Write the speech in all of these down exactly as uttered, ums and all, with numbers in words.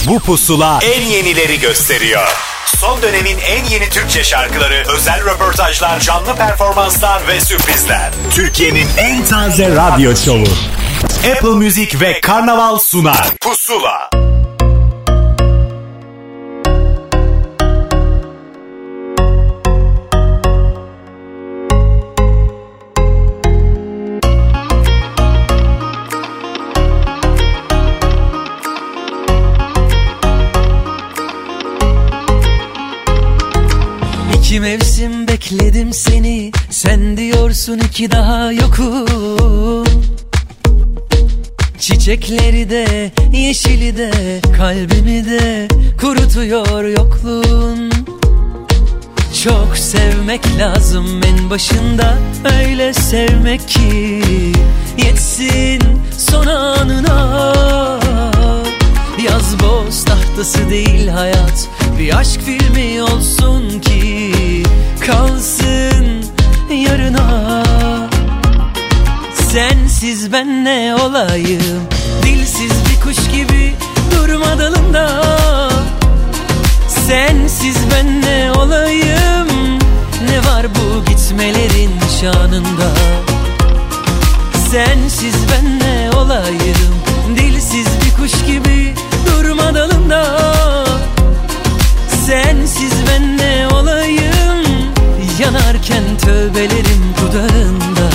Bu pusula en yenileri gösteriyor. Son dönemin en yeni Türkçe şarkıları, özel röportajlar, canlı performanslar ve sürprizler. Türkiye'nin en taze radyo şovu. Apple Music ve Karnaval sunar. Pusula. İki mevsim bekledim seni, sen diyorsun iki daha yokum. Çiçekleri de, yeşili de, kalbimi de kurutuyor yokluğun. Çok sevmek lazım en başında, öyle sevmek ki yetsin son anına. Yaz boz tahtası değil hayat, bir aşk filmi olsun ki kalsın yarına. Sensiz ben ne olayım, dilsiz bir kuş gibi durma dalında. Sensiz ben ne olayım, ne var bu gitmelerin şanında. Sensiz ben ne olayım, dilsiz bir kuş gibi durma dalında. Sensiz ben ne olayım, yanarken tövbelerim dudağında.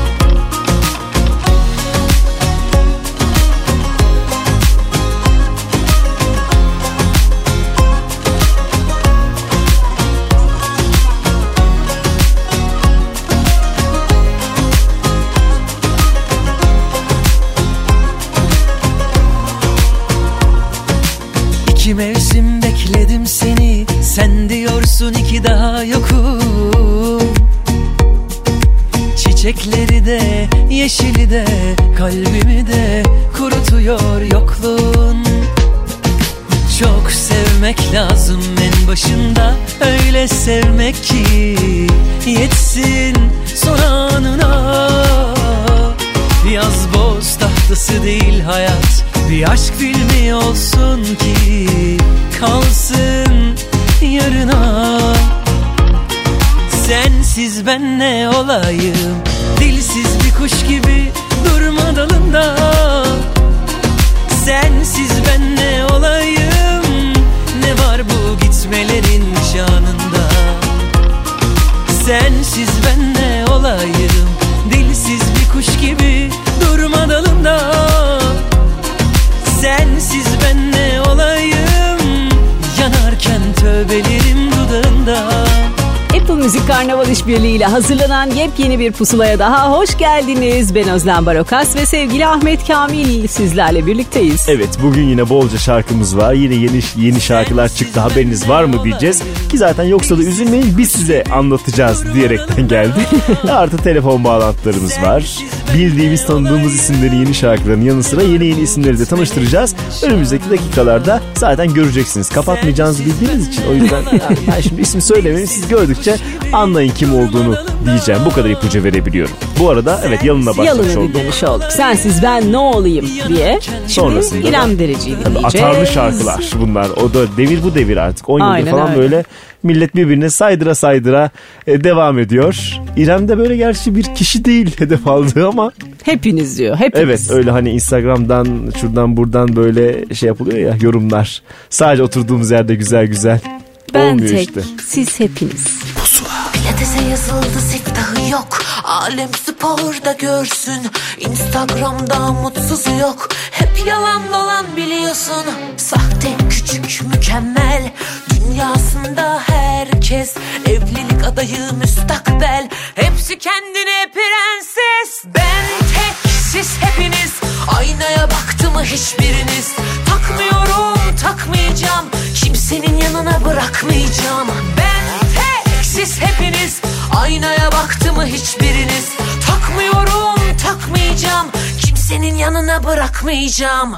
İki mevsim bekledim seni, sen diyorsun iki daha yokum. Çiçekleri de, yeşili de, kalbimi de kurutuyor yokluğun. Çok sevmek lazım en başında, öyle sevmek ki yetsin son anına. Yaz boz tahtası değil hayat, bir aşk filmi olsun ki kalsın yarına. Sensiz ben ne olayım, dilsiz bir kuş gibi durma dalında. Sensiz ben ne olayım, ne var bu gitmelerin şanında. Sensiz ben ne olayım, dilsiz bir kuş gibi durma dalında. Sensiz ben ne olayım, yanarken tövbelerim dudağında. Apple Music Karnaval İşbirliği ile hazırlanan yepyeni bir pusulaya daha hoş geldiniz. Ben Özlem Barokas ve sevgili Ahmet Kamil sizlerle birlikteyiz. Evet, bugün yine bolca şarkımız var. Yine yeni yeni şarkılar çıktı, haberiniz var mı diyeceğiz. Ki zaten yoksa da üzülmeyin, biz size anlatacağız diyerekten geldik. Artı telefon bağlantılarımız var. Bildiğimiz, tanıdığımız isimlerin yeni şarkılarının yanı sıra yeni yeni isimleri de tanıştıracağız. Önümüzdeki dakikalarda zaten göreceksiniz. Kapatmayacağınızı bildiğiniz için. O yüzden yani şimdi ismi söylemeyeyim, siz gördükçe anlayın kim olduğunu diyeceğim. Bu kadar ipucu verebiliyorum. Bu arada evet, yalına başlamış Yalını olduk. dinlemiş olduk. Sensiz ben ne olayım diye. Sonrasında İrem Derici'yi dinleyeceğiz. Atarlı şarkılar bunlar. O da devir bu devir artık. on yıldır Aynen falan öyle. böyle millet birbirine saydıra saydıra e, devam ediyor. İrem de böyle gerçi bir kişi değil hedef aldığı ama. Hepiniz diyor. Hepiniz. Evet, öyle hani Instagram'dan şuradan buradan böyle şey yapılıyor ya, yorumlar. Sadece oturduğumuz yerde güzel güzel. Ben olmuyor tek, işte. siz hepiniz. Pilatese yazıldı, siftahı yok. Alem sporda görsün. Instagram'da mutsuzu yok. Hep yalan dolan biliyorsun. Sahte, küçük, mükemmel. Dünyasında herkes evlilik adayı, müstakbel. Hepsi kendine prenses. Ben tek, siz hepiniz. Aynaya baktı mı hiçbiriniz? Takmıyorum, takmayacağım. Kimsenin yanına bırakmayacağım. Ben tek, siz hepiniz. Aynaya baktı mı hiçbiriniz? Takmıyorum, takmayacağım. Kimsenin yanına bırakmayacağım.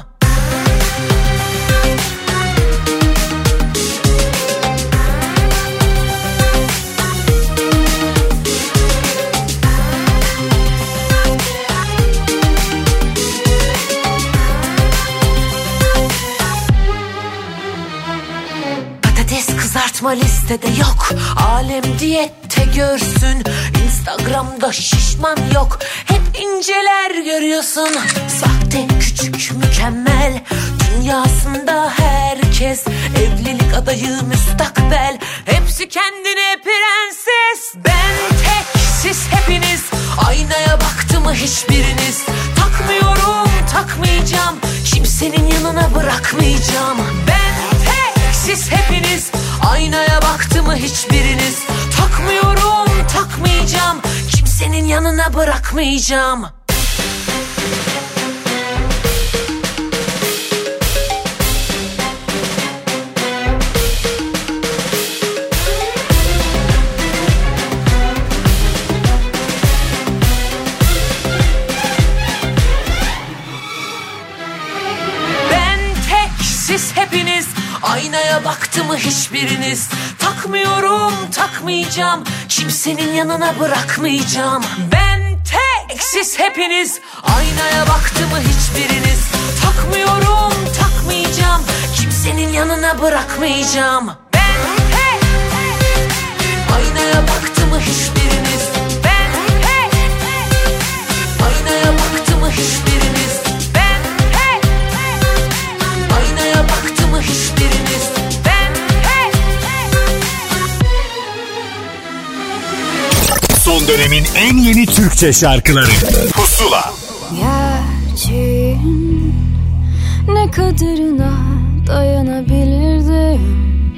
abartma listede yok. Alem diyette görsün, Instagram'da şişman yok. Hep inceler görüyorsun. Sahte küçük mükemmel dünyasında herkes evlilik adayı müstakbel. Hepsi kendine prenses. Ben tek, siz hepiniz. Aynaya baktı mı hiçbiriniz? Takmıyorum, takmayacağım, kimsenin yanına bırakmayacağım. Ben tek, siz hepiniz. Aynaya baktı mı hiçbiriniz? Takmıyorum, takmayacağım, kimsenin yanına bırakmayacağım. Siz hepiniz. Aynaya baktı mı hiçbiriniz? Takmıyorum, takmayacağım, kimsenin yanına bırakmayacağım. Ben tek, siz hepiniz. Aynaya baktı mı hiçbiriniz? Takmıyorum, takmayacağım, kimsenin yanına bırakmayacağım. Ben tek. Aynaya baktı mı hiçbiriniz? Ben tek. Aynaya baktı mı hiçbiriniz? Baktı mı hiçbiriniz? Ben hey, hey. Son dönemin en yeni Türkçe şarkıları Pusula. Gerçeğin ne kadarına dayanabilirdim?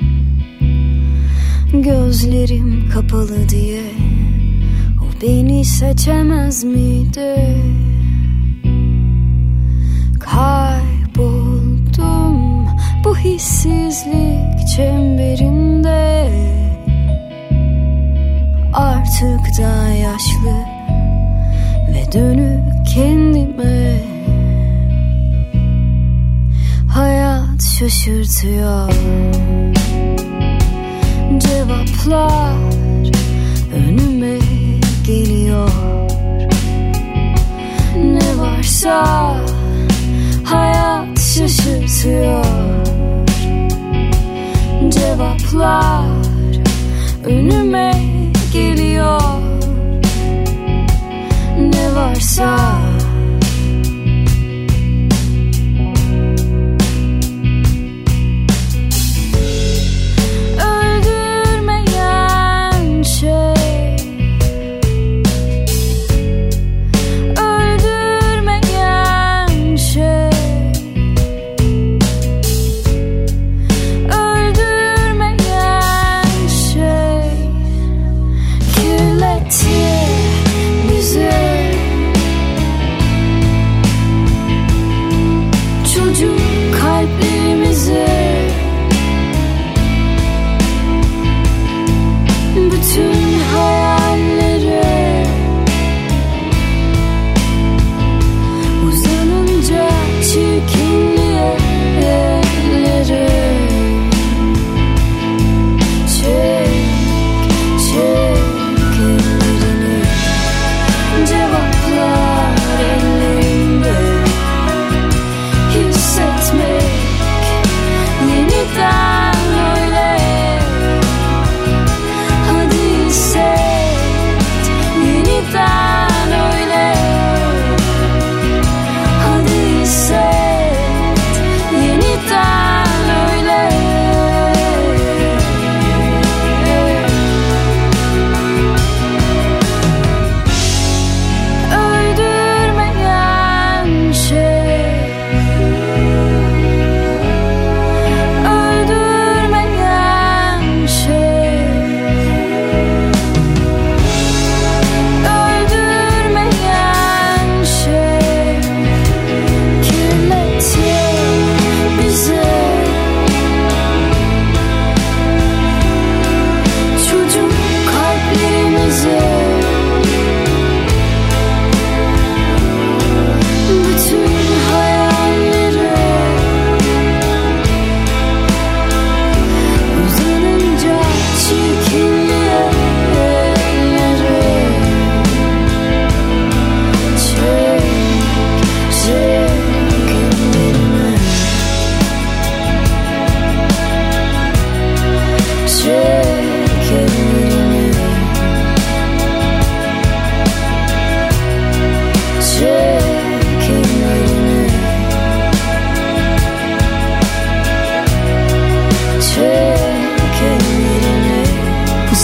Gözlerim kapalı diye o beni seçemez miydi? Kayboldum bu hissizlik çemberinde. Artık da yaşlı ve dönüp kendime. Hayat şaşırtıyor. Cevaplar önüme geliyor. Ne varsa hayat şaşırtıyor. Cevaplar önüme geliyor. Ne varsa. Öldürmeyen şey, öldürmeyen şey,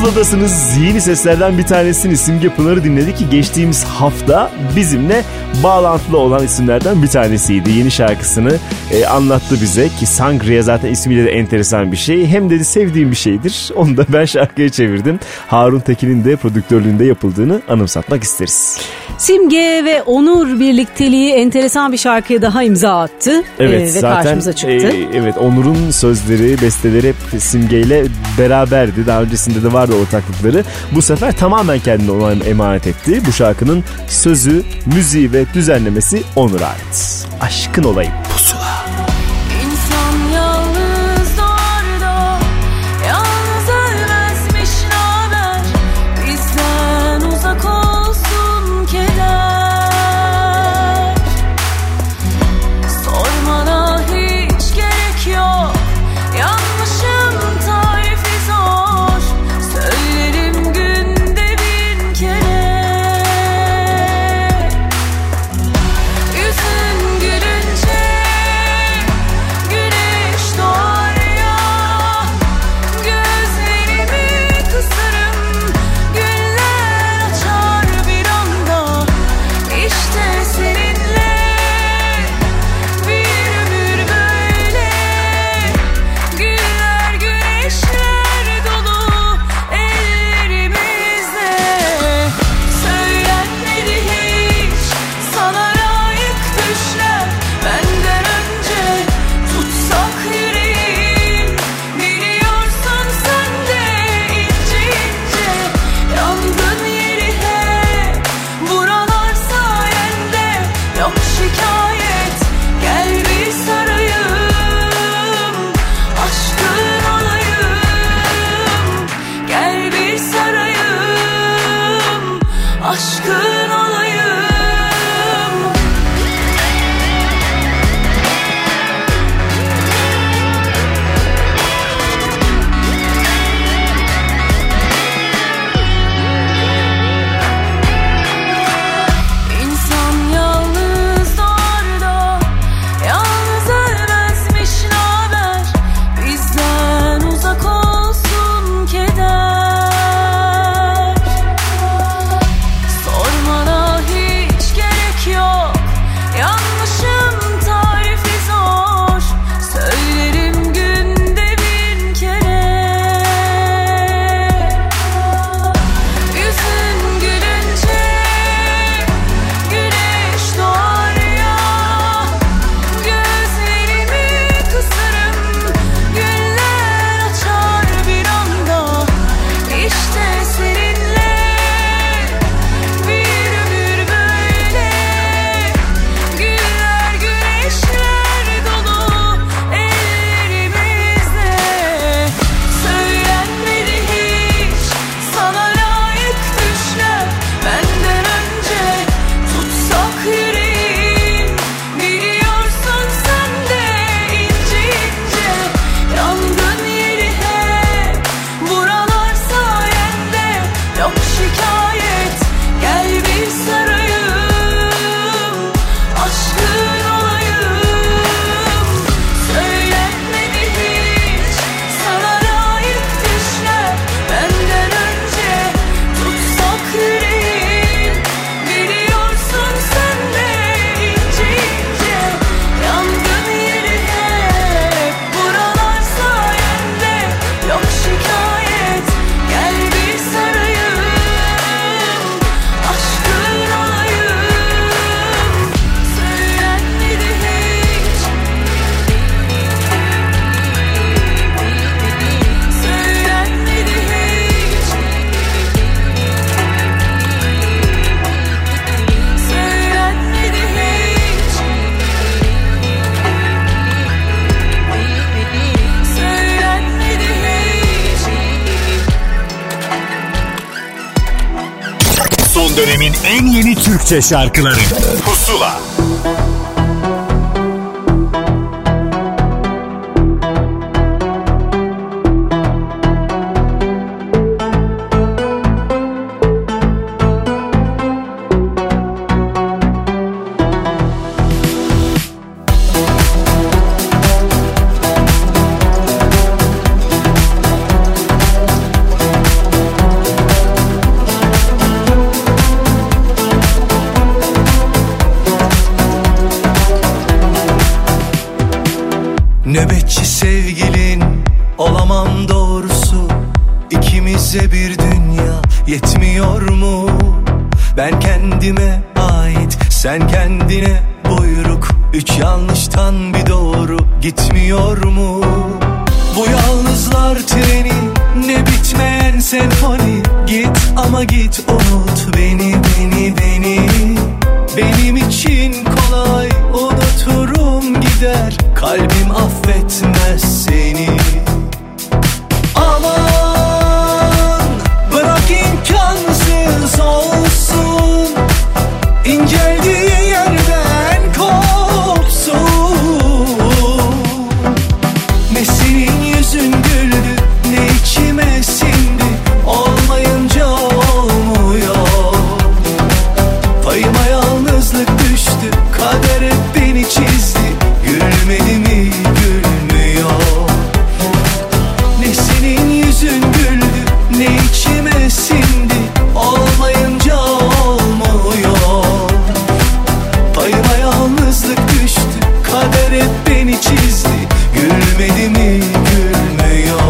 Pusuladasınız. Yeni seslerden bir tanesini Simge Pınar'ı dinledik ki geçtiğimiz hafta bizimle bağlantılı olan isimlerden bir tanesiydi. Yeni şarkısını e, anlattı bize ki Sangria zaten ismiyle de enteresan bir şey. Hem dedi sevdiğim bir şeydir. Onu da ben şarkıya çevirdim. Harun Tekin'in de prodüktörlüğünde yapıldığını anımsatmak isteriz. Simge ve Onur birlikteliği enteresan bir şarkıya daha imza attı. Evet, ee, ve zaten karşımıza çıktı. E, evet, Onur'un sözleri, besteleri hep Simge ile beraberdi. Daha öncesinde de vardı ortaklıkları. Bu sefer tamamen kendini ona emanet etti. Bu şarkının sözü, müziği ve düzenlemesi Onur'a ait. Aşkın olayım. Pusula. İnsan yalnız doğar da yalnız ölmezmiş naber, bizden uzak olsun keder. Sormana hiç gerek yok, yanlışım tarifi zor, söylerim günde bin kere. Yüzün gülünce güneş doğar ya, gözlerimi kısarım, güller açar bir anda. İşte seninle bir ömür böyle, güller güneşler dolu ellerimizde. Söylenmedi hiç sana layık düşler, benden önce tutsak yüreğim, biliyorsun sen de ince ince yangın yeri hep buralar sayende. Yok şikayet, gel bir sarayım, aşkın olayım, gel bir sarayım, aşkın olayım. İnsan yalnız doğar da yalnız ölmezmiş naber, bizden uzak olsun keder. Sormana hiç gerek yok, yanlışım tarifi zor, söylerim günde bin kere. Yüzün gülünce güneş doğar ya, gözlerimi kısarım, güller açar bir anda. İşte seninle bir ömür böyle, güller güneşler dolu ellerimizde. Söylenmedi hiç sana layık düşler, benden önce tutsak yüreğim, biliyorsun sen de ince ince yangın yeri hep buralar sayende. Yok şikayet, gel bir sarayım, aşkın olayım. Söylenmedi hiç sana layık düşler, benden önce tutsak yüreğim, biliyorsun sen de ince ince yangın yeri hep buralar sayende. Yok şikayet, gel bir sarayım, aşkın olayım. Söylenmedi hiç, söylenmedi hiç, söylenmedi hiç, söylenmedi hiç. Son dönemin en yeni Türkçe şarkıları Pusula. gerçekçi sevgilin olamam doğrusu. İkimize bir dünya yetmiyor mu? Ben kendime ait, sen kendine buyruk. Üç yanlıştan bir doğru gitmiyor mu? Bu yalnızlar treni, ne bitmeyen senfoni. Git ama git, unut beni, beni, beni. Benim için kolay, unuturum gider. Kalbim affetmez seni. Aman bırak imkansız olsun, İnceldiği yerden kopsun. Ne senin yüzün güldü, ne içime sindi. Olmayınca olmuyor. Payıma yalnızlık düştü, kader hep beni çizdi. Gülmedi mi, gülmüyor. Ne senin yüzün güldü, ne içime sindi. Olmayınca olmuyor. Payıma yalnızlık düştü, kader hep beni çizdi. Gülmedi mi, gülmüyor.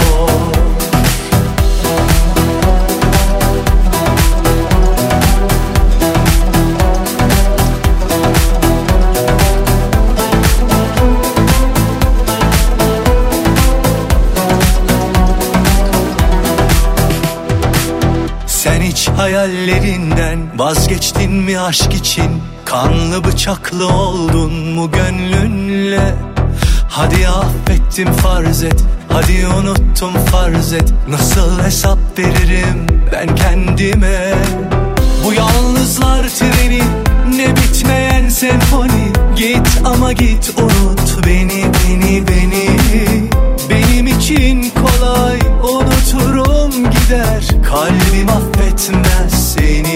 Sen hiç hayallerinden vazgeçtin mi aşk için? Kanlı bıçaklı oldun mu gönlünle? Hadi affettim farz et, hadi unuttum farz et. Nasıl hesap veririm ben kendime? Bu yalnızlar treni, ne bitmeyen senfoni. Git ama git, unut beni, beni, beni. Benim için kolay, unuturum gider. Kalbim affetmez seni.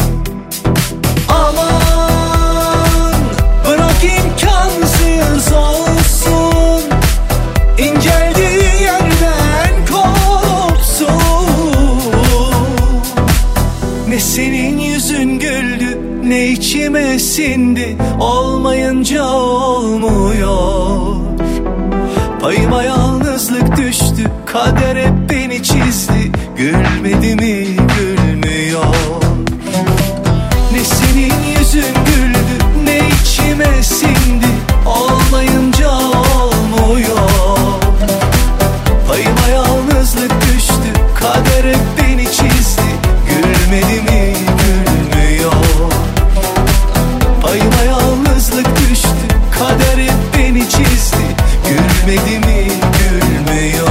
Aman bırak imkansız olsun, İnceldiği yerden kopsun. Ne senin yüzün güldü, ne içime sindi. Olmayınca olmuyor. Payıma yalnızlık düştü, kader hep beni çizdi. Gülmedi mi, gülmüyor. Ne senin yüzün güldü, ne içime sindi. Olmayınca olmuyor. Payıma yalnızlık düştü, kader hep beni çizdi. Gülmedi mi, gülmüyor. Payıma yalnızlık düştü, kader hep beni çizdi. Gülmedi mi, gülmüyor.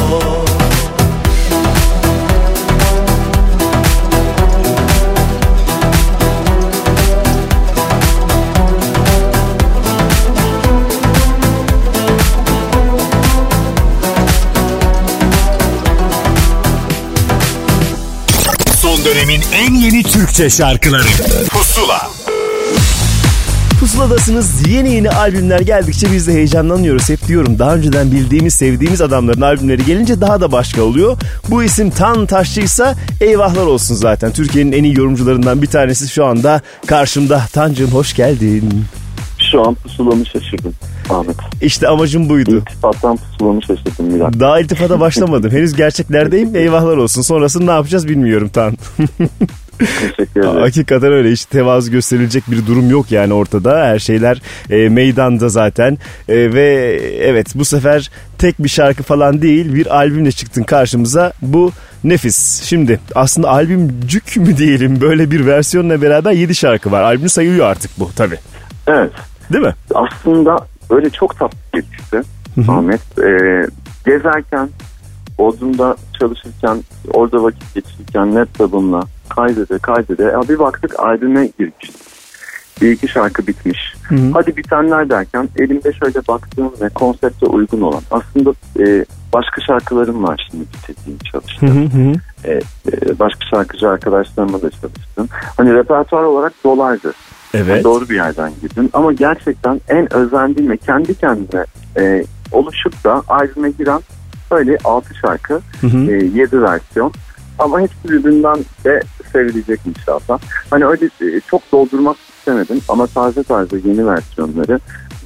Son dönemin en yeni Türkçe şarkıları Pusula. Pusuladasınız. Yeni yeni albümler geldikçe biz de heyecanlanıyoruz. Hep diyorum, daha önceden bildiğimiz, sevdiğimiz adamların albümleri gelince daha da başka oluyor. Bu isim Tan Taşçıysa eyvahlar olsun zaten. Türkiye'nin en iyi yorumcularından bir tanesi şu anda karşımda. Tancığım hoş geldin. Şu an pusulamı şaşırdım Ahmet. İşte amacım buydu. İltifattan pusulamı şaşırdım bir dakika. Daha iltifata başlamadım. Henüz gerçeklerdeyim. Eyvahlar olsun. Sonrasını ne yapacağız bilmiyorum Tan. Teşekkür ederim. Hakikaten öyle, hiç tevazu gösterilecek bir durum yok yani ortada. Her şeyler e, meydanda zaten. E, ve evet, bu sefer tek bir şarkı falan değil, bir albümle çıktın karşımıza. Bu nefis. Şimdi aslında albümcük mü diyelim, böyle bir versiyonla beraber yedi şarkı var. Albüm sayılıyor artık bu tabii. Evet. Değil mi? Aslında böyle çok tatlı geçti Ahmet. Ee, gezerken, Bodrum'da çalışırken, orada vakit geçirirken laptopumla kaydede kaydede ya bir baktık albüme girmiş. Bir iki şarkı bitmiş. Hı hı. Hadi bitenler derken elimde şöyle baktığım ve konsepte uygun olan aslında e, başka şarkılarım var şimdi bitirdiğim çalıştım. Hı hı. E, e, başka şarkıcı arkadaşlarımla da çalıştım. Hani repertuar olarak dolaydı. Evet. Yani doğru bir yerden girdim ama gerçekten en özendiğim ve kendi kendine e, oluşup da albüme giren böyle altı şarkı, hı hı. E, yedi versiyon. Ama hepsi birbirinden de sevilecek inşallah. Hani öyle çok doldurmak istemedim ama taze taze yeni versiyonları ve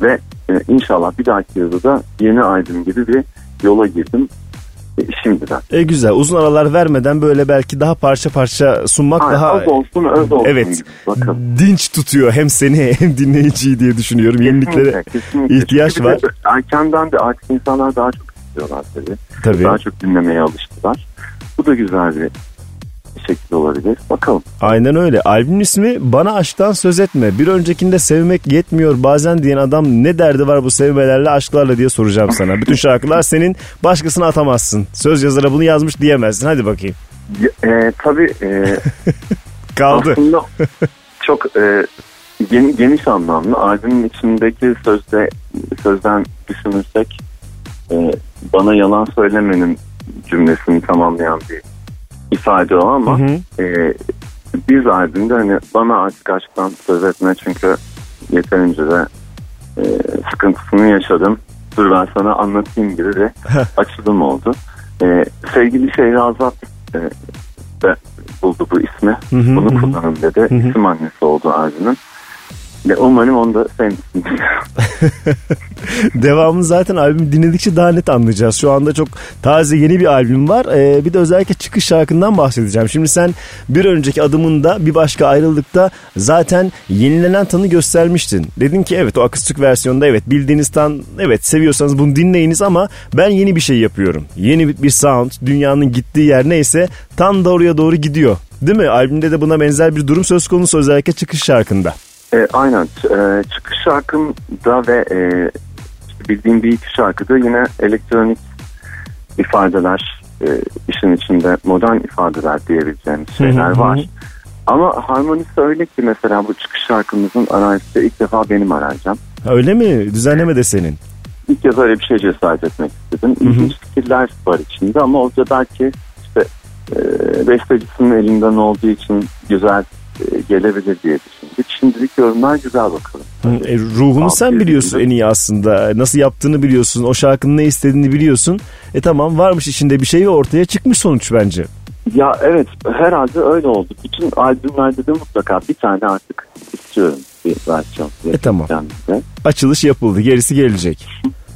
e, inşallah bir dahaki yılda da yeni albüm gibi bir yola girdim. Şimdiden. E güzel. Uzun aralar vermeden böyle belki daha parça parça sunmak Hayır, daha az olsun öz olsun. evet, Bakalım. dinç tutuyor hem seni hem dinleyiciyi diye düşünüyorum. Yeniliklere Kesinlikle, kesinlikle. ihtiyaç Çünkü var. Erkenden de artık insanlar daha çok istiyorlar tabii. Tabii. Daha çok dinlemeye alıştılar. Bu da güzel bir şekilde olabilir. Bakalım. Aynen öyle. Albümün ismi Bana Aşktan Söz Etme. Bir öncekinde sevmek yetmiyor bazen diyen adam ne derdi var bu sevmelerle aşklarla diye soracağım sana. Bütün şarkılar senin, başkasına atamazsın. Söz yazara bunu yazmış diyemezsin. Hadi bakayım. E, tabii e, Kaldı. aslında çok e, gen, geniş anlamlı. Albümün içindeki sözde sözden düşünürsek e, bana yalan söylemenin cümlesini tamamlayan bir ifade o ama hı hı. E, biz albümde hani bana artık aşktan söz etme çünkü yeterince de e, sıkıntısını yaşadım. Dur ben sana anlatayım gibi bir açılım oldu. E, sevgili Şehrazat e, de buldu bu ismi. Hı hı, Bunu hı. kullanın dedi. Hı hı. İsim annesi oldu albümün. Ve umarım onu da sevmişsin. Devamını zaten albümü dinledikçe daha net anlayacağız. Şu anda çok taze yeni bir albüm var. Ee, bir de özellikle çıkış şarkından bahsedeceğim. Şimdi sen bir önceki adımında bir başka ayrılıkta zaten yenilenen tanı göstermiştin. Dedin ki evet o akustik versiyonda evet bildiğiniz tan evet seviyorsanız bunu dinleyiniz ama ben yeni bir şey yapıyorum. Yeni bir sound, dünyanın gittiği yer neyse tam da oraya doğru gidiyor. Değil mi? Albümde de buna benzer bir durum söz konusu özellikle çıkış şarkında. E, aynen. E, çıkış şarkımda ve e, işte bildiğim bir iki şarkıda yine elektronik ifadeler, e, işin içinde modern ifadeler diyebileceğimiz şeyler var. Ama harmonisi öyle ki mesela bu çıkış şarkımızın aranjisi ilk defa benim aranjam. Öyle mi? Düzenleme de senin. İlk kez öyle bir şey cesaret etmek istedim. İlginç fikirler var içinde ama o da belki işte e, bestecisinin elinden olduğu için güzel gelebilir diye düşündük. Şimdilik yorumlar güzel bakalım. E, ruhunu Altı sen biliyorsun en iyi aslında. Nasıl yaptığını biliyorsun. O şarkının ne istediğini biliyorsun. E tamam varmış içinde bir şey ve ortaya çıkmış sonuç bence. Ya evet herhalde öyle oldu. Bütün albümlerde de mutlaka bir tane artık istiyorum bir versiyon. E tamam. Kendimde. Açılış yapıldı. Gerisi gelecek.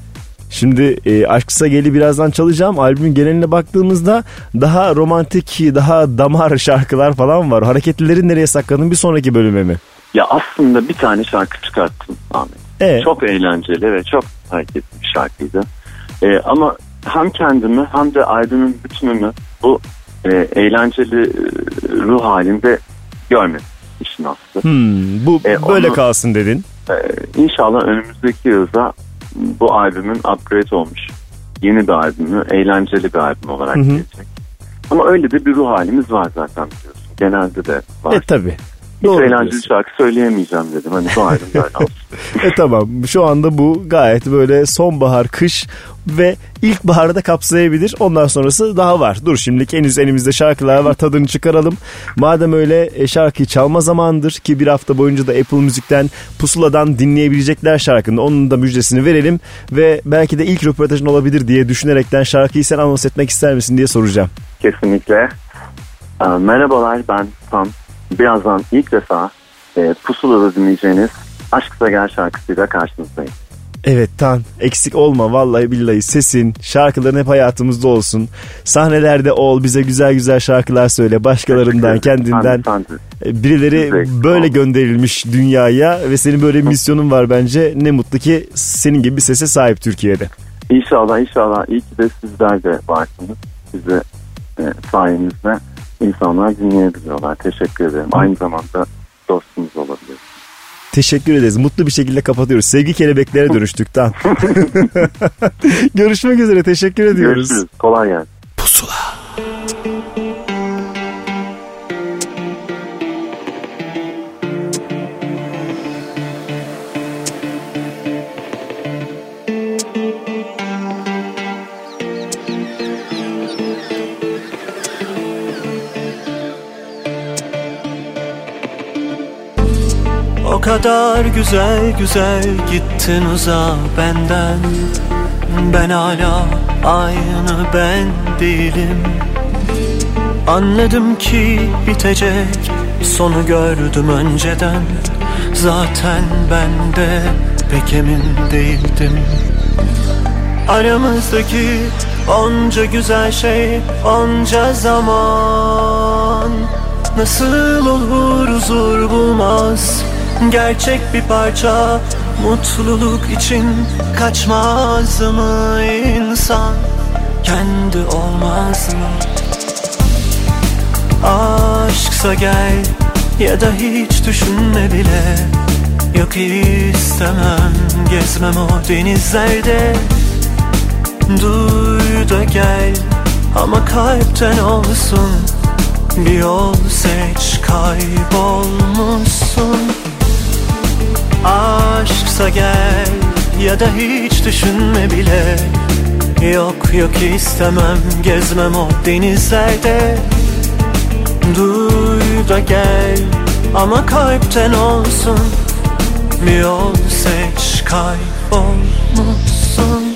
Şimdi e, Aşksa Gel'i birazdan çalacağım. Albümün geneline baktığımızda daha romantik, daha damar şarkılar falan var. Hareketlileri nereye sakladın bir sonraki bölüme mi? Ya aslında bir tane şarkı çıkarttım Ahmet. Ee? Çok eğlenceli ve çok hareketli bir şarkıydı. E, ama hem kendimi hem de albümün bütününü bu e, eğlenceli e, ruh halinde görmedim işin aslı. Hmm, bu e, böyle onu, kalsın dedin. E, İnşallah önümüzdeki yılda bu albümün upgrade olmuş yeni bir albümü, eğlenceli bir albüm olarak hı hı. gelecek. Ama öyle de bir ruh halimiz var zaten biliyorsun. Genelde de var. E tabii. Hiç Doğru eğlenceli diyorsun. Şarkı söyleyemeyeceğim dedim. Hani bu albüm böyle olsun. E tamam. Şu anda bu gayet böyle sonbahar, kış ve ilkbaharı da kapsayabilir. Ondan sonrası daha var. Dur şimdilik henüz elimizde şarkılar var. Tadını çıkaralım. Madem öyle şarkıyı çalma zamanıdır ki bir hafta boyunca da Apple Müzik'ten Pusula'dan dinleyebilecekler şarkının. Onun da müjdesini verelim. Ve belki de ilk röportajın olabilir diye düşünerekten şarkıyı sen anons etmek ister misin diye soracağım. Kesinlikle. Ee, merhabalar ben Tan. Birazdan ilk defa e, Pusula'da dinleyeceğiniz Aşksa Gel şarkısıyla karşınızdayım. Evet Tan, eksik olma vallahi billahi, sesin, şarkıların hep hayatımızda olsun. Sahnelerde ol, bize güzel güzel şarkılar söyle, başkalarından, kendinden. Birileri böyle gönderilmiş dünyaya ve senin böyle bir misyonun var bence. Ne mutlu ki senin gibi bir sese sahip Türkiye'de. İnşallah inşallah iyi ki de sizler de varsınız. Size e, sayenizde insanlar dinleyebiliyorlar. Teşekkür ederim. Hı. Aynı zamanda dostumuz olabilir. Teşekkür ederiz. Mutlu bir şekilde kapatıyoruz. Sevgi kelebeklere dönüştük. Tamam. Görüşmek üzere. Teşekkür ediyoruz. Görüşürüz. Kolay gelsin. Pusula. O kadar güzel güzel gittin uzağa benden. Ben hala aynı ben değilim. Anladım ki bitecek, sonu gördüm önceden. Zaten ben de pek emin değildim. Aramızdaki onca güzel şey, onca zaman nasıl olur huzur bulmaz? Gerçek bir parça mutluluk için kaçmaz mı insan? Kendi olmaz mı? Aşksa gel ya da hiç düşünme bile. Yok istemem, gezmem o denizlerde. Duy da gel ama kalpten olsun. Bir yol seç, kaybolmuşsun. Aşksa gel ya da hiç düşünme bile. Yok yok istemem, gezmem o denizlerde. Duy da gel ama kalpten olsun. Bir yol seç, kaybolmuşsun.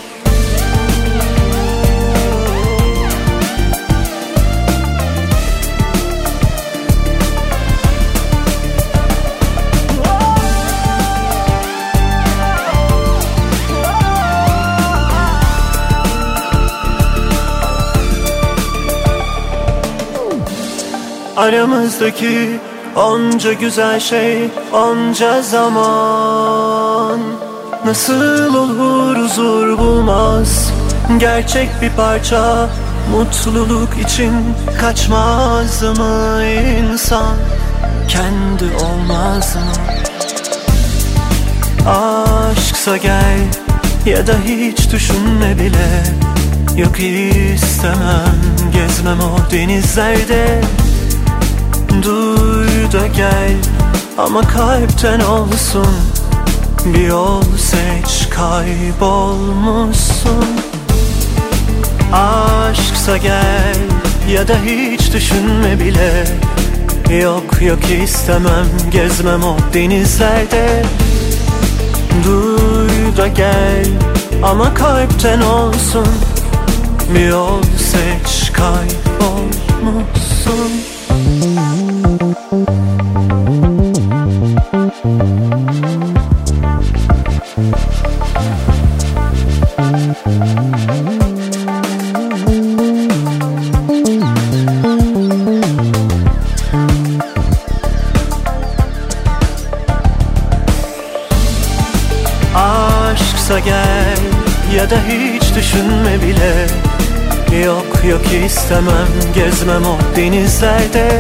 Aramızdaki onca güzel şey, onca zaman nasıl olur huzur bulmaz? Gerçek bir parça mutluluk için kaçmaz mı insan? Kendi olmaz mı? Aşksa gel ya da hiç düşünme bile. Yok istemem, gezmem o denizlerde. Duy da gel ama kalpten olsun. Bir yol seç, kaybolmuşsun. Aşksa gel ya da hiç düşünme bile. Yok yok istemem, gezmem o denizlerde. Duy da gel ama kalpten olsun. Bir yol seç, kaybolmuşsun. Aşksa gel ya da hiç düşünme bile. Yok yok istemem, gezmem o denizlerde.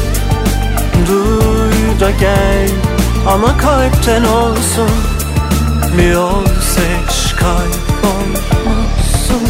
Duy da gel ama kalpten olsun. Bir yol seç, kaybolmuşsun.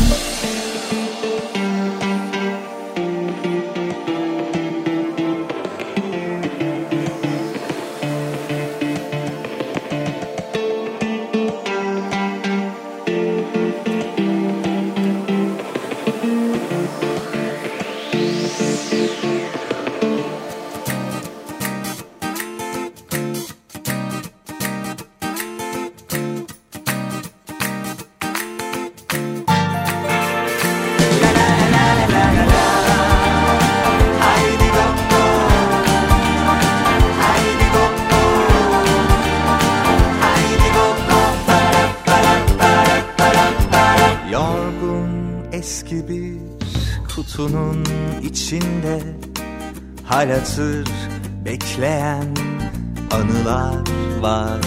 kutunun içinde hal hatır bekleyen anılar var.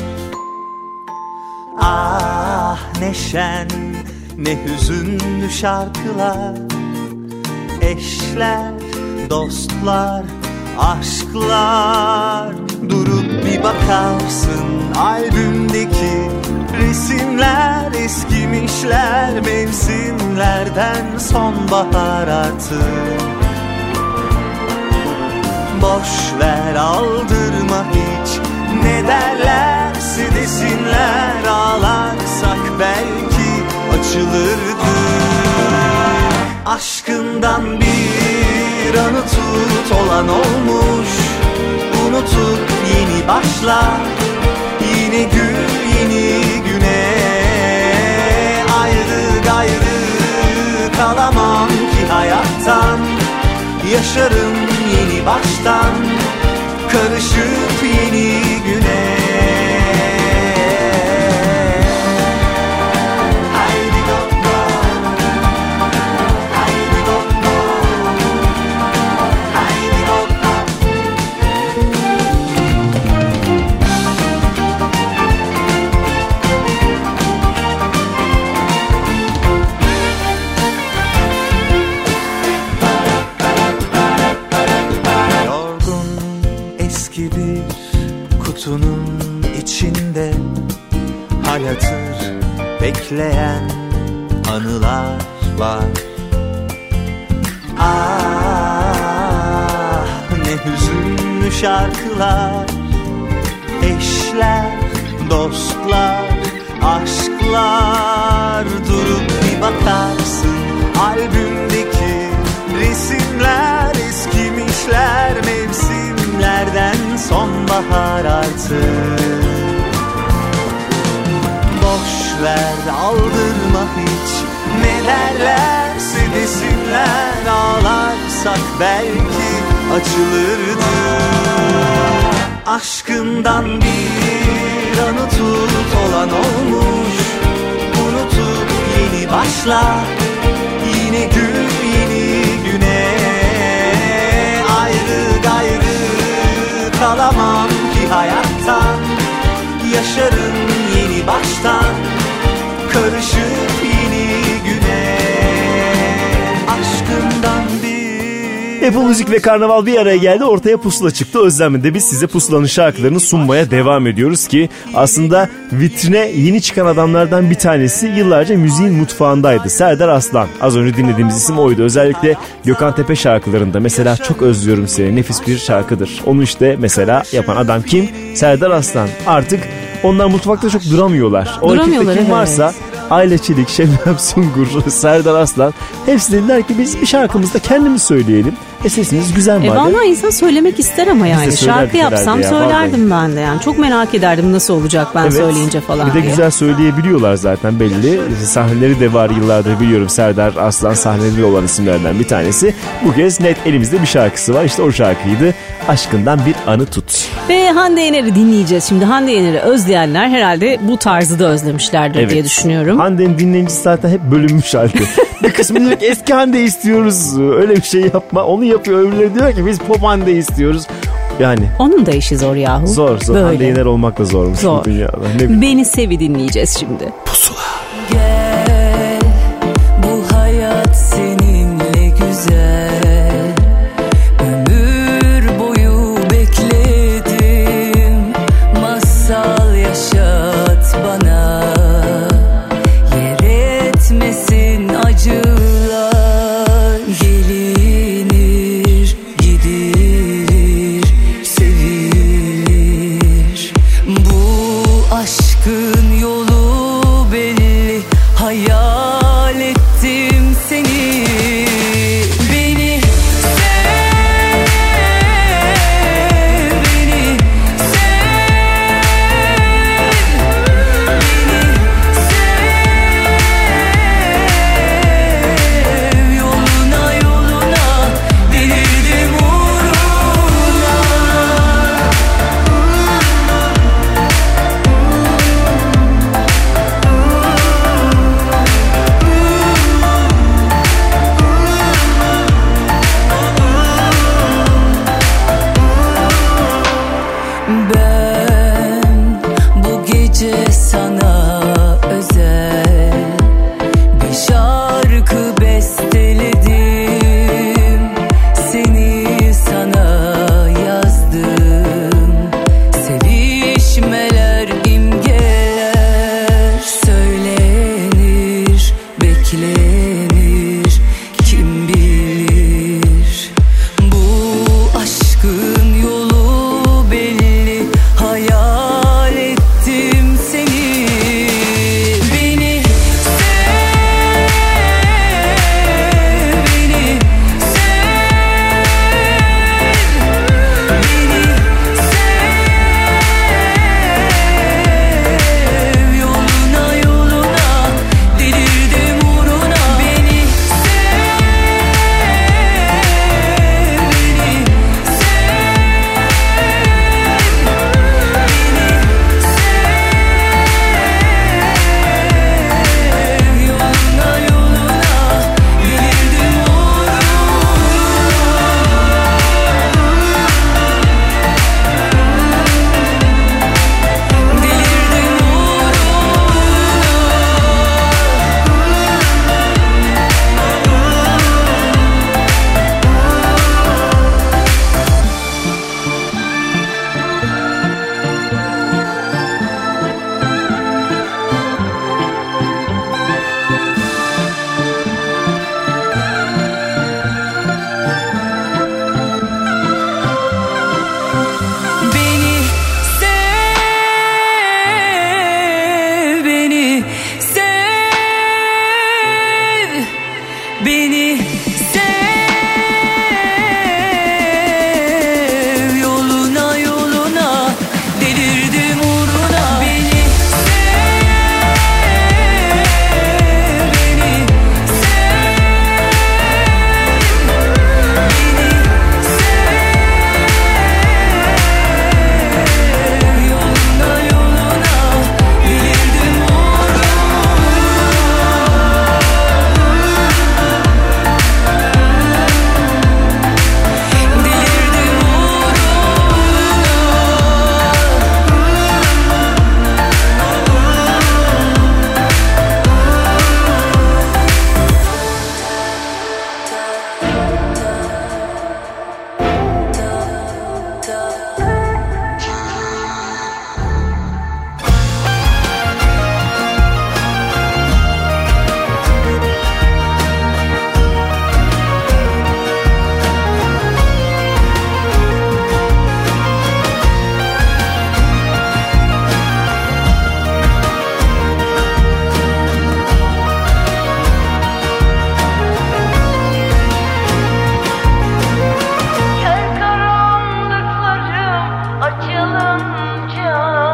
Ah ne şen ne hüzünlü şarkılar, eşler, dostlar, aşklar. Durup bir bakarsın albümdeki resimler, eskimişler mevsimlerden sonbahar artık. Boş ver, aldırma hiç, ne derlerse desinler, ağlarsak belki açılırdı. Aşkından bir anı tut, olan olmuş, unutup yeni başlar. Yine gül, yeni güne, ayrı gayrı kalamam ki hayattan. Yaşarım yeni baştan, karışıp yeni güne. bekleyen anılar var. Ah ne hüzünlü şarkılar, eşler, dostlar, aşklar. Durup bir bakarsın albümdeki resimler, eskimişler mevsimlerden sonbahar artık. Boş ver aldırma hiç, ne derlerse desinler, ağlarsak belki açılırdı. Aşkından bir anı tut olan olmuş, unutup yeni başla, yine gün yeni güne. Ayrı gayrı kalamam ki hayattan, yaşarım yeni baştan, karışıp yeni güne. Aşkından bir Apple Müzik ve Karnaval bir araya geldi, ortaya pusula çıktı. Özlem'de de biz size pusulanın şarkılarını sunmaya devam ediyoruz ki aslında vitrine yeni çıkan adamlardan bir tanesi yıllarca müziğin mutfağındaydı. Serdar Aslan. Az önce dinlediğimiz isim oydu. Özellikle Gökhan Tepe şarkılarında mesela Çok Özlüyorum Seni nefis bir şarkıdır. Onu işte mesela yapan adam kim? Serdar Aslan. Artık onlar mutfakta çok duramıyorlar. O ekipte kim varsa evet. Ayla Çelik, Şebnem Sungur, Serdar Aslan hepsi dediler ki biz bir şarkımızda kendimiz söyleyelim. E sesiniz güzel madem. E valla insan söylemek ister ama yani. Şarkı yapsam ya, söylerdim vallahi. Ben de yani. Çok merak ederdim nasıl olacak ben evet. söyleyince falan Bir de diye. güzel söyleyebiliyorlar zaten belli. Sahneleri de var yıllardır biliyorum. Serdar Aslan sahneleri olan isimlerden bir tanesi. Bu kez net elimizde bir şarkısı var. İşte o şarkıydı. Aşkından bir anı tut. Ve Hande Yener'i dinleyeceğiz. Şimdi Hande Yener'i özleyenler herhalde bu tarzı da özlemişlerdir evet. diye düşünüyorum. Hande'nin dinleyicisi zaten hep bölünmüş halde. Bir kısmı diyor ki eski Hande istiyoruz. Öyle bir şey yapma. Onu yapıyor. Öbürleri diyor ki biz pop Hande istiyoruz. Yani. Onun da işi zor yahu. Zor zor. Böyle. Hande Yener olmak da zormuş zor. Bu dünyada. Ne Beni Sevi dinleyeceğiz şimdi. Pusula. Gel, bu hayat seninle güzel. Ömür boyu bekledim. Masal yaşat bana. Yer etmesin acılar. Gelinir, gidilir, sevilir. Bu aşkın yolu beni sev, yoluna yoluna delirdim uğruna. Beni sev, beni sev, beni sev, yoluna yoluna delirdim uğruna. Kör karanlıklarım açılınca,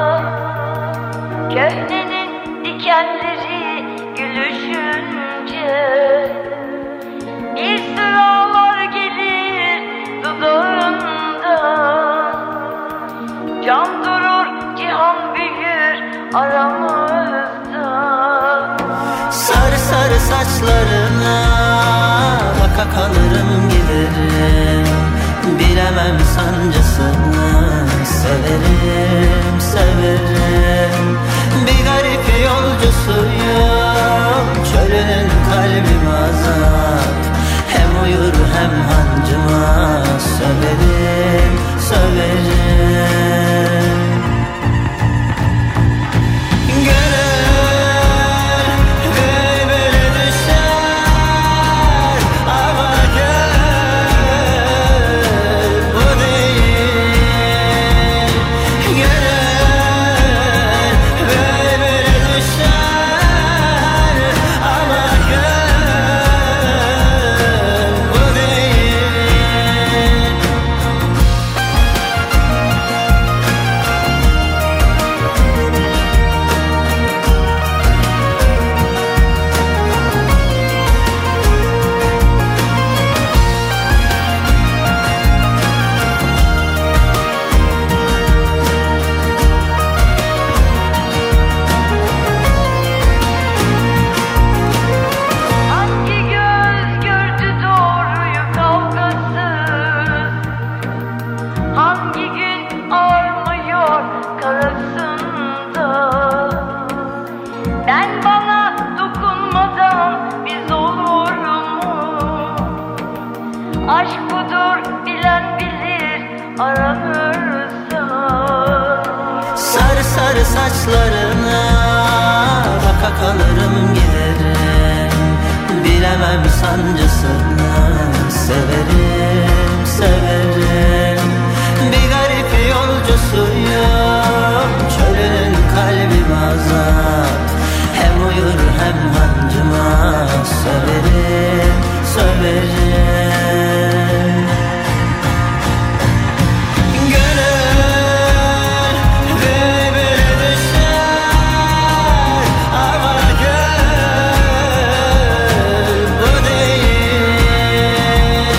köhnenin dikenleri gülüşünce, bir sıralar gelir dudağında, can durur cihan büyür aramızda. Sarı sarı saçlarına baka kalırım giderim. Bilemem sancısını, severim severim. Bir garip yolcusuyum, çölünün kalbim azap. Hem uyur hem hancıma söverim söverim. Gönül böyle düşer ama gönül bu değil. Gönül böyle düşer ama gönül bu değil. Hangi göz gördü doğruyu kavgasız? Hangi gün ağarmıyor karasında? Ben bana dokunmadan biz olur mu? Aşk budur bilen bilir aranırsa. Sarı sarı saçlarına baka kalırım giderim. Bilemem sancısını, severim severim. Bir garip yolcusuyum, çölünün kalbim azap. Hem uyur hem hancıma söverim söverim. Gönül böyle düşer ama gönül bu değil.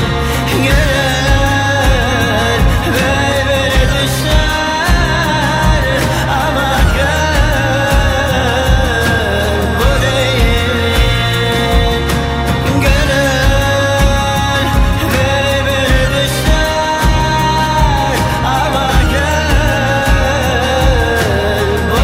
Gönül böyle düşer ama gönül bu değil. Gönül böyle düşer ama gönül bu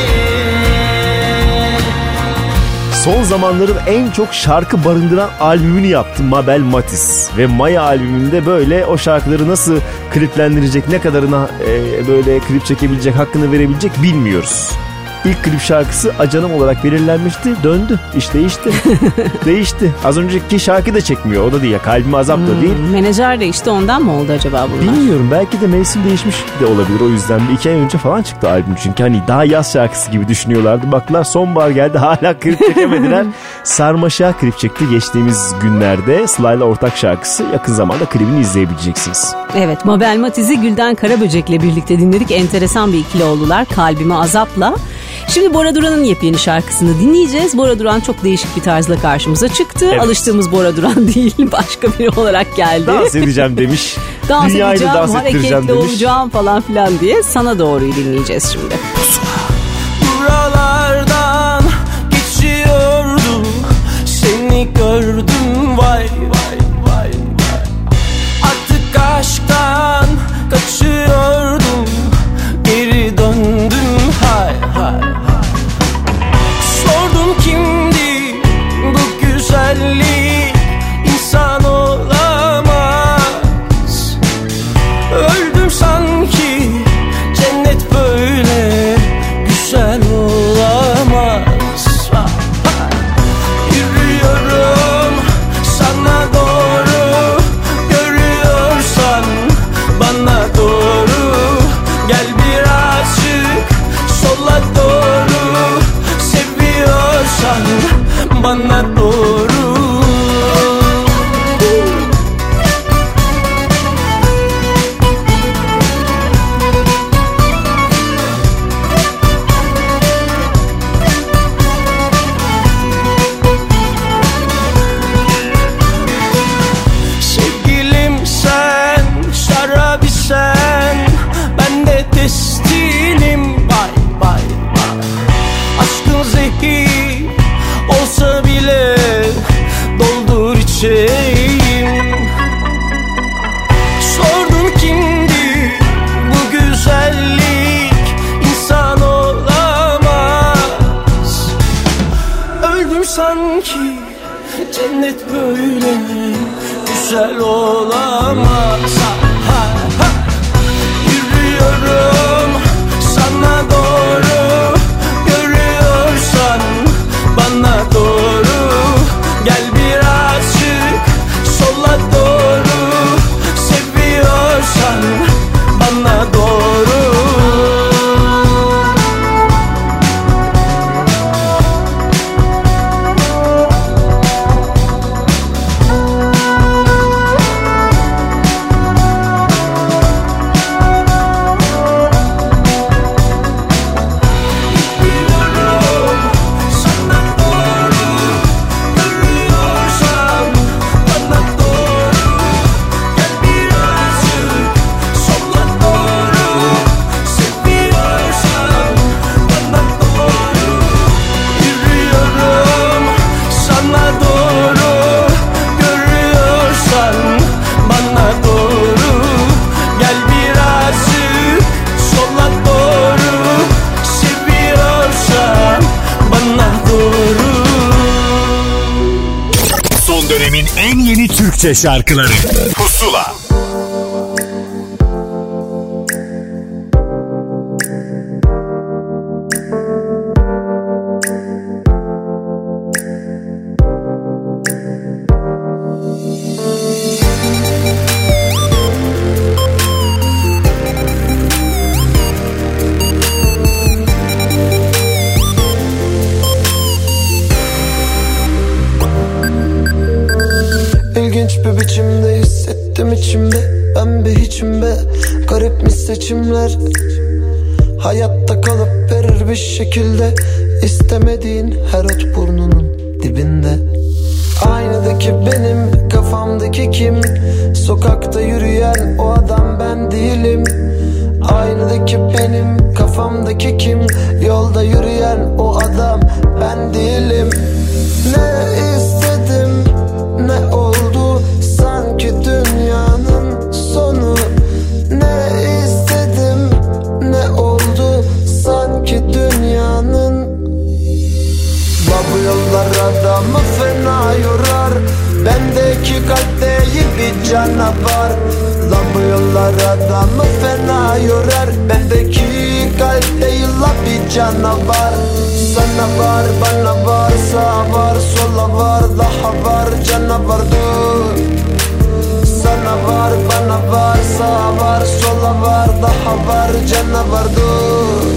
değil. Son zamanların en çok şarkı barındıran albümünü yaptı Mabel Matiz. Ve Maya albümünde böyle o şarkıları nasıl kliplendirecek, ne kadarına e, böyle klip çekebilecek, hakkını verebilecek bilmiyoruz. İlk klip şarkısı Acanım olarak belirlenmişti. Döndü. İş değişti. Değişti. Az önceki şarkı da çekmiyor. O da değil. Kalbime Azap da Hmm, değil. menajer de işte ondan mı oldu acaba bunlar? Bilmiyorum. Belki de mevsim değişmiş de olabilir. O yüzden bir iki ay önce falan çıktı albüm. Çünkü hani daha yaz şarkısı gibi düşünüyorlardı. Baklar sonbahar geldi. Hala klip çekemediler. Sarmaşa klip çekti geçtiğimiz günlerde. Sıla'yla ortak şarkısı. Yakın zamanda klibini izleyebileceksiniz. Evet, Mabel Matiz'i Gülden Karaböcek'le birlikte dinledik. Enteresan bir ikili oldular. Kalbime Azap'la. Şimdi Bora Duran'ın yepyeni şarkısını dinleyeceğiz. Bora Duran çok değişik bir tarzla karşımıza çıktı. Evet. Alıştığımız Bora Duran değil, başka biri olarak geldi. Dans edeceğim demiş. Dans Dünyayı edeceğim, dans ettireceğim hareketli demiş. olacağım falan filan diye Sana Doğru'yu dinleyeceğiz şimdi. Buralardan geçiyordum, seni gördüm, vay vay vay vay. Artık aşktan kaçıyordum, geri döndüm, hay hay hay. Sordum kimdi bu güzellik, insan olamaz. Öldüm sanki, cennet böyle güzel olamaz. Yürüyorum sana doğru, görüyorsan bana doğru. Gel birazcık sola doğru, seviyorsan bana doğru. Sevgilim sen, şarabi sen, ben de testinim, vay vay vay. Aşkın zehir olsa bile doldur içeyim. Sordum kimdi bu güzellik, insan olamaz. Öldüm sanki, cennet böyle güzel olamaz. Ha, ha. Yürüyorum sana doğru, görüyorsan bana doğru. Gel birazcık sola doğru, seviyorsan bana doğru. Dönemin en yeni Türkçe şarkıları Pusula. İlginç bir biçimde hissettim içimde, ben bir hiçim be. Garipmiş seçimler, hayatta kalıp verir bir şekilde. İstemediğin her ot burnunun dibinde. Aynadaki benim, kafamdaki kim? Sokakta yürüyen o adam ben değilim. Aynadaki benim, kafamdaki kim? Yolda yürüyen o adam ben değilim. Ne istedim, ne oldu sanki dünyanın sonu. Ne istedim, ne oldu sanki dünyanın. Bu yollar adamı fena yorar. Bendeki Bendeki kalp değil bir canavar. Lan bu yollar adamı fena yorar. Bendeki kalp değil la bir canavar. Sana var bana var, sağa var sola var, daha var canavar dur. Sana var bana var, sağa var sola var, daha var canavar dur.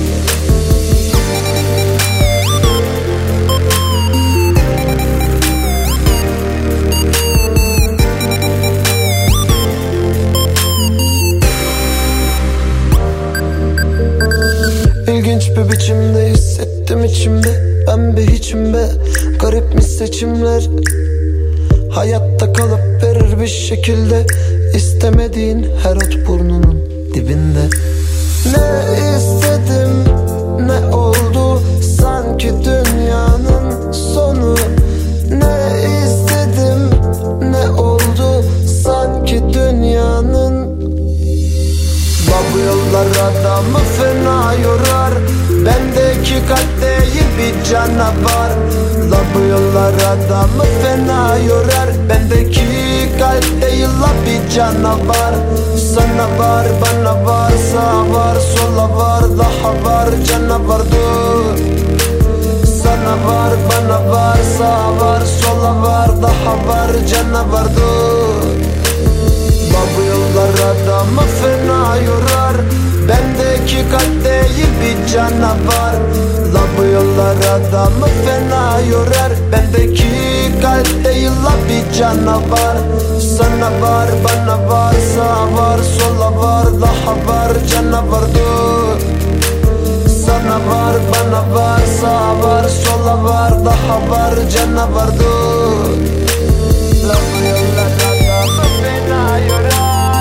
İlginç bir biçimde hissettim içimde. Ben bir hiçim be, garipmiş seçimler. Hayatta kalıp verir bir şekilde. İstemediğin her ot burnunun dibinde. Ne istedim ne oldu, sanki dünyanın sonu. Ne istedim ne oldu, sanki dünyanın. Bu yollar adamı fena yorar. Bendeki kalp değil bir canavar. La bu yollar adamı fena yorar. Bendeki kalp değil la bir canavar. Sana var bana var, sağa var sola var, daha var canavar dur. Sana var bana var, sağa var sola var, daha var canavar dur. Bu yollar adamı fena yorar. Bendeki kalp değil bir canavar. La bu yollar adamı fena yorar. Bendeki kalp değil la bir canavar. Sana var bana var, sağa var sola var, daha var canavar dur. Sana var bana var, sağa var sola var, daha var canavar dur. La bu yollar adamı fena yorar.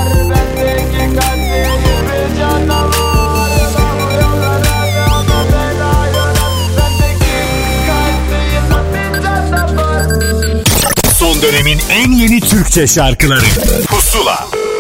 Son dönemin en yeni Türkçe şarkıları Pusula.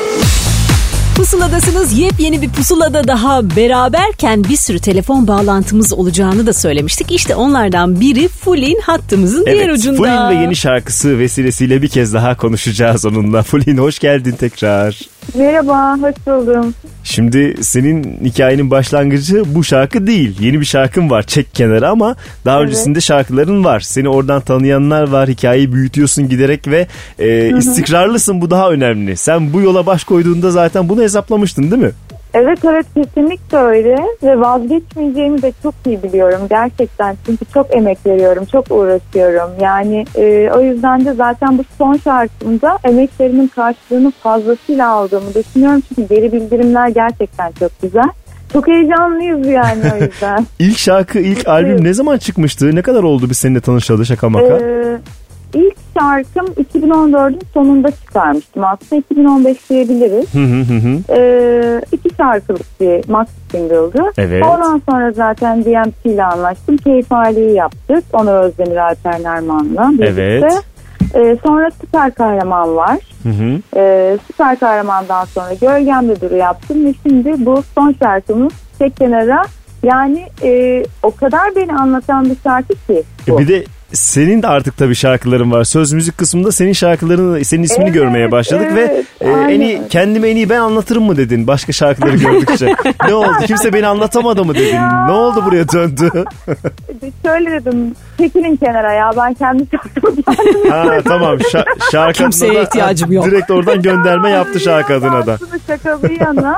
Pusuladasınız. Yepyeni bir pusulada daha beraberken bir sürü telefon bağlantımız olacağını da söylemiştik. İşte onlardan biri Fulin hattımızın evet, diğer ucunda. Fulin ve yeni şarkısı vesilesiyle bir kez daha konuşacağız onunla. Fulin hoş geldin tekrar. Merhaba, hoş buldum. Şimdi senin hikayenin başlangıcı bu şarkı değil. Yeni bir şarkın var, çek kenara, ama daha evet. öncesinde şarkıların var. Seni oradan tanıyanlar var, hikayeyi büyütüyorsun giderek ve e, istikrarlısın, bu daha önemli. Sen bu yola baş koyduğunda zaten bunu hesaplamıştın değil mi? Evet evet kesinlikle öyle ve vazgeçmeyeceğimi de çok iyi biliyorum gerçekten, çünkü çok emek veriyorum, çok uğraşıyorum yani e, o yüzden de zaten bu son şarkımda emeklerimin karşılığını fazlasıyla aldığımı düşünüyorum, çünkü geri bildirimler gerçekten çok güzel. Çok heyecanlıyız yani o yüzden. İlk şarkı, ilk albüm ne zaman çıkmıştı? Ne kadar oldu biz seninle tanışalı, şaka maka? Ee, İlk şarkım iki bin on dördün sonunda çıkarmıştım. Aslında iki bin on beş diyebiliriz. Hı hı hı. Ee, iki şarkılık bir maxi single'dı. Evet. Ondan sonra zaten D M T ile anlaştım. Keyif Ali'yi yaptık. Onur Özdemir, Alper Narman'la birlikte. Evet. Ee, sonra Süper Kahraman var. Hı hı. Ee, Süper Kahraman'dan sonra Gölgemde Duru yaptım. Ve şimdi bu son şarkımız Çek Kenara. Yani e, o kadar beni anlatan bir şarkı ki bu. Bir de senin de artık tabii şarkıların var. Söz müzik kısmında senin şarkılarını, senin ismini evet, görmeye başladık evet, ve e, en iyi, kendimi en iyi ben anlatırım mı dedin başka şarkıları gördükçe. Ne oldu? Kimse beni anlatamadı mı dedin? Ya. Ne oldu buraya döndü? Şöyle dedim. Çekilin kenara ya, ben kendi şarkımı kendim Ha tamam. Şa- şarkı kimseye da, ihtiyacım yok. Direkt oradan gönderme yaptı şarkı adına da. Şaka bir yana.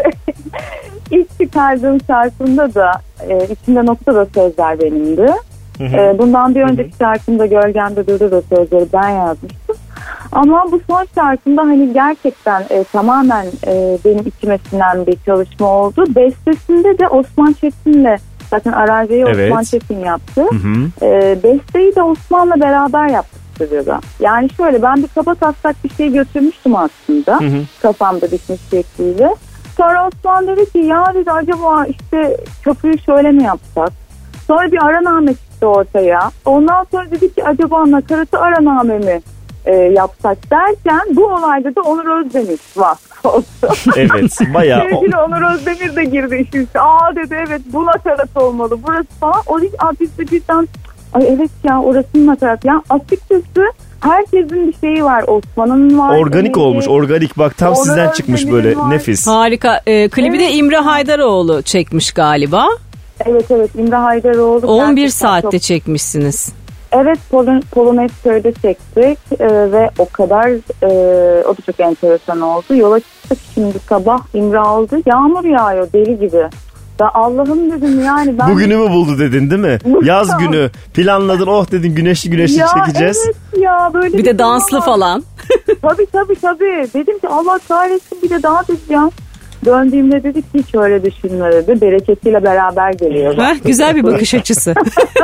İlk çıkardığım şarkımda da e, içinde nokta da sözler benimdi. Hı hı. Bundan bir önceki hı hı. şarkımda Gölgemde Durdu da sözleri ben yazmıştım. Ama bu son şarkımda hani gerçekten e, tamamen e, benim içime sinen bir çalışma oldu. Bestesinde de Osman Çetin'le, zaten aranjeyi evet. Osman Çetin yaptı. Hı hı. E, besteyi de Osman'la beraber yaptık stüdyoda. Yani şöyle, ben bir kaba taslak bir şey götürmüştüm aslında. Hı hı. Kafamda bitmiş şekliyle. Sonra Osman dedi ki ya dedi, acaba işte köprüyü şöyle mi yapsak? Sonra bir araname çıktı ortaya. Ondan sonra dedik ki acaba nakaratı araname mi e, yapsak derken bu olayda da Onur Özdemir vasfı oldu. Evet bayağı. Sevgili Onur Özdemir de girdi işin üstüne. Aa dedi, evet bu nakarat olmalı burası falan. O dedi, aa biz de birden ay evet ya orasının nakarat. Ya açıkçası Herkesin bir şeyi var. Osman'ın var. Organik Emel'i. olmuş. Organik bak tam Onur sizden çıkmış Özdemir'in böyle var. nefis. Harika. Ee, klibi de Evet. İmre Haydaroğlu çekmiş galiba. Evet evet İmre Haydaroğlu. on bir gerçekten saatte çok- çekmişsiniz. Evet Polon, Polonezköy'de çektik e, ve o kadar e, o da çok enteresan oldu. Yola çıktık şimdi sabah İmre aldı. Yağmur yağıyor deli gibi. Ya Allah'ım dedim yani ben... Bugünü mü buldu dedin değil mi? Yaz günü planladın, oh dedin güneşli güneşli ya çekeceğiz. Evet ya böyle Bir de danslı var. falan. Tabii tabii tabii. Dedim ki Allah kahretsin bir de dans edeceğim. Döndüğümde dedik ki hiç öyle düşünme dedi. Bereketiyle beraber geliyor. Heh, güzel bir bakış açısı.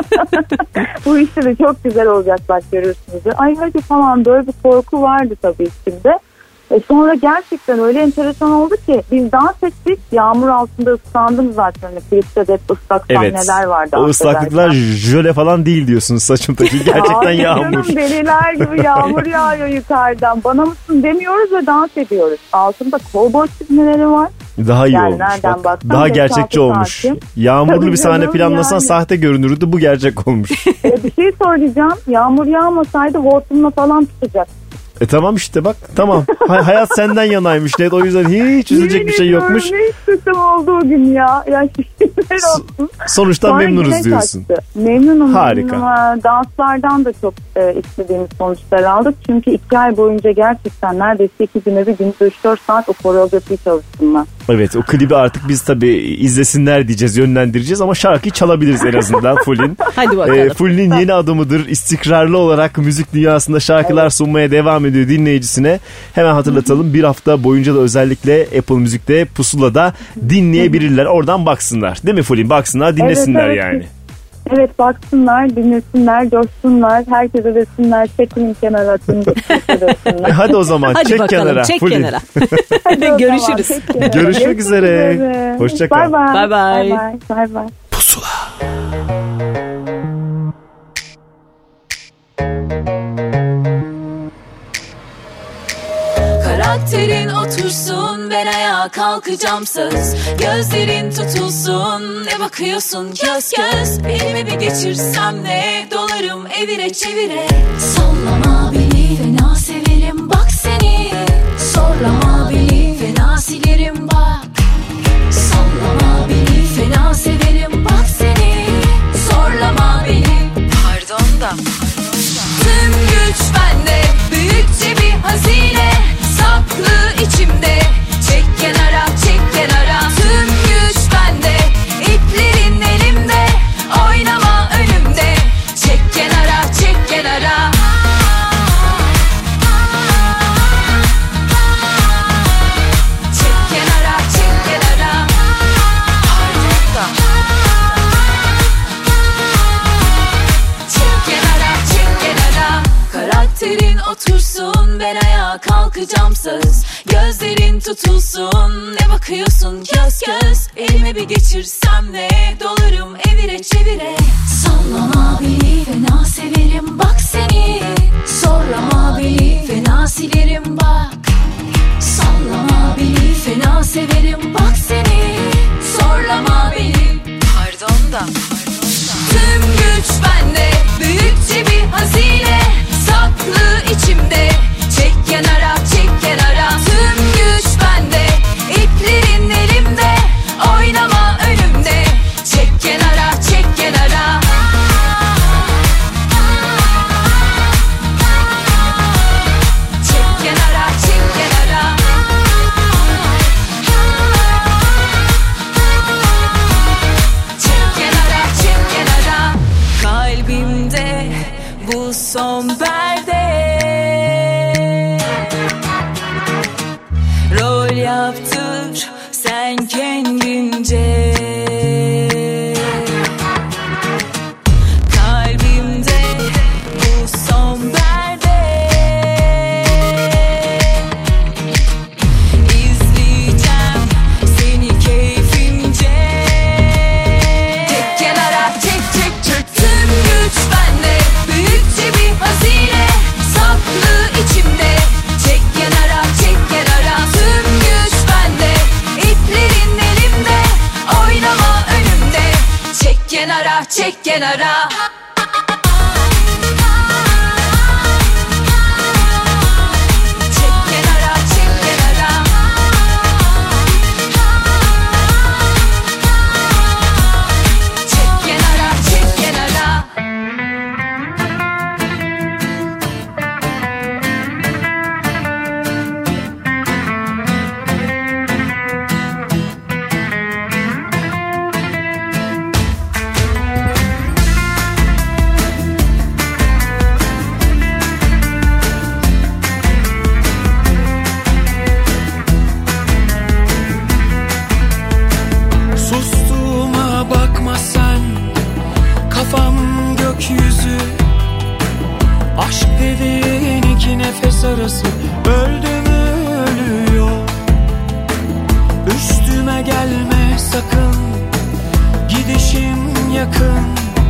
Bu işte de çok güzel olacak bak görürsünüz. Ay hadi falan böyle bir korku vardı tabii içimde. E sonra gerçekten öyle enteresan oldu ki biz dans ettik. Yağmur altında ıslandım zaten. Hani klipte de hep ıslak Evet. sahneler vardı. O ıslaklıklar jöle falan değil diyorsunuz saçımdaki. Gerçekten Hayır yağmur. canım, deliler gibi yağmur yağıyor yukarıdan. Bana mısın demiyoruz ve dans ediyoruz. Altında kovboy çizmeleri var. Daha iyi Yani olmuş. nereden Bak, baksan daha beş gerçekçi altı olmuş. saatim. Yağmurlu Tabii bir sahne canım, planlasan yani. sahte görünürdü. Bu gerçek olmuş. E, bir şey söyleyeceğim. Yağmur yağmasaydı hortumla falan tutacak. E tamam işte bak tamam. Hay- hayat senden yanaymış net. O yüzden hiç üzülecek bir şey Yemin yokmuş. ediyorum, Ne istedim olduğu gün ya. Ya şükürler olsun. Sonuçtan Sonra memnunuz yine diyorsun. kaçtı. Memnunum. Harika. memnunum. Danslardan da çok e, istediğimiz sonuçlar aldık. Çünkü iki ay boyunca gerçekten neredeyse iki güne bir günde üç dört saat o koreografiyi çalıştım ben. Evet o klibi artık biz tabii izlesinler diyeceğiz, yönlendireceğiz ama şarkıyı çalabiliriz en azından Fulin. Hadi bakalım. Ee, Fulin'in yeni adımıdır. İstikrarlı olarak müzik dünyasında şarkılar sunmaya devam ediyor dinleyicisine. Hemen hatırlatalım. Bir hafta boyunca da özellikle Apple Müzik'te Pusula'da dinleyebilirler. Oradan baksınlar. Değil mi Fulin? Baksınlar, dinlesinler Evet, evet. yani. Evet baksınlar, dinlesinler, coşsunlar. Herkese desinler, çekinin kenara atın. E hadi o zaman Hadi çek bakalım kenara. çek Fulin. kenara. Hadi o zaman, Görüşürüz. çek kenara. Görüşmek üzere. Hoşça kal. Bye bye. Bye bye. Bye bye. Bye bye. Pusula. Karakterin otursun, ben ayağa kalkacağım söz. Gözlerin tutulsun, ne bakıyorsun göz göz. Elimi bir geçirsem ne, dolarım evire çevire. Sallama beni, fena severim bak seni. Zorlama beni, fena silerim bak. Sallama beni, fena severim bak seni. Zorlama beni. Pardon da. Tüm güç bende, büyükçe bir hazine. Saklı içimde, çek kenara, çek kenara. Tüm güç bende, iplerin elimde. Oynama önümde, çek kenara, çek kenara. Çek kenara, çek kenara. Pardon da. Çek kenara, çek kenara. Karakterin otursun, ben ayağa kalkacağım söz. Gözlerin tutulsun, ne bakıyorsun göz göz. Elime bir geçirsem ne, dolarım evire çevire. Sallama beni, fena severim bak seni. Zorlama beni, fena silerim bak. Sallama beni, fena severim bak seni. Zorlama beni. Pardon da. Tüm güç bende, büyükçe bir hazine. Saklı içimde, çek kenara, çek kenara. Tüm güç bende, iplerin elimde. Oynama önümde, çek kenara, çek kenara. Çek kenara, çek kenara. Çek kenara, çek kenara. Kalbimde bu son perde. Rol yaptır sen kendince. Kalbimde bu son perde. İzleyeceğim seni keyfince. Tek kenara, çek çek çek. Tüm güç bende, büyükçe bir hazine. Saklı içimde, çek kenara, çek kenara. Tüm güç bende, iplerin elimde. öldü mü ölüyor. Üstüme gelme sakın, gidişim yakın.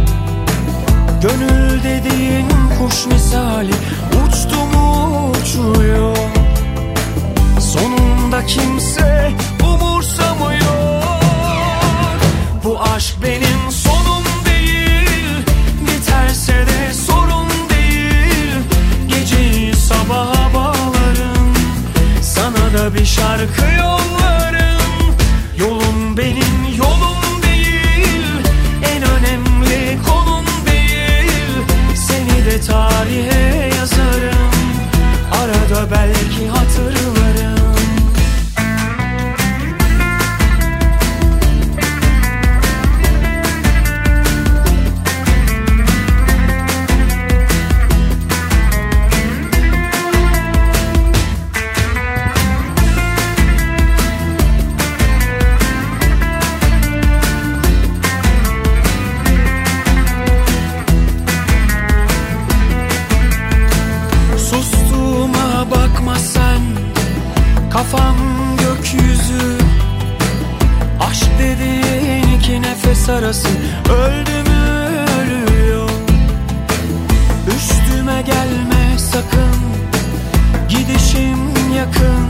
Gönül dediğin kuş misali uçtu mu uçuyor. Sonunda kimse umursamıyor. Bu aşk benim sonum değil, biterse de sorun değil. Geceyi sabaha bağlarım, sana da bir şarkı yollarım. Yolum benim yolum değil, en önemli konum değil. Seni de tarihe yazarım, arada belki hatırlarım. Kafam gökyüzü, aşk dediğin iki nefes arası öldü mü ölüyor. Üstüme gelme sakın, gidişim yakın.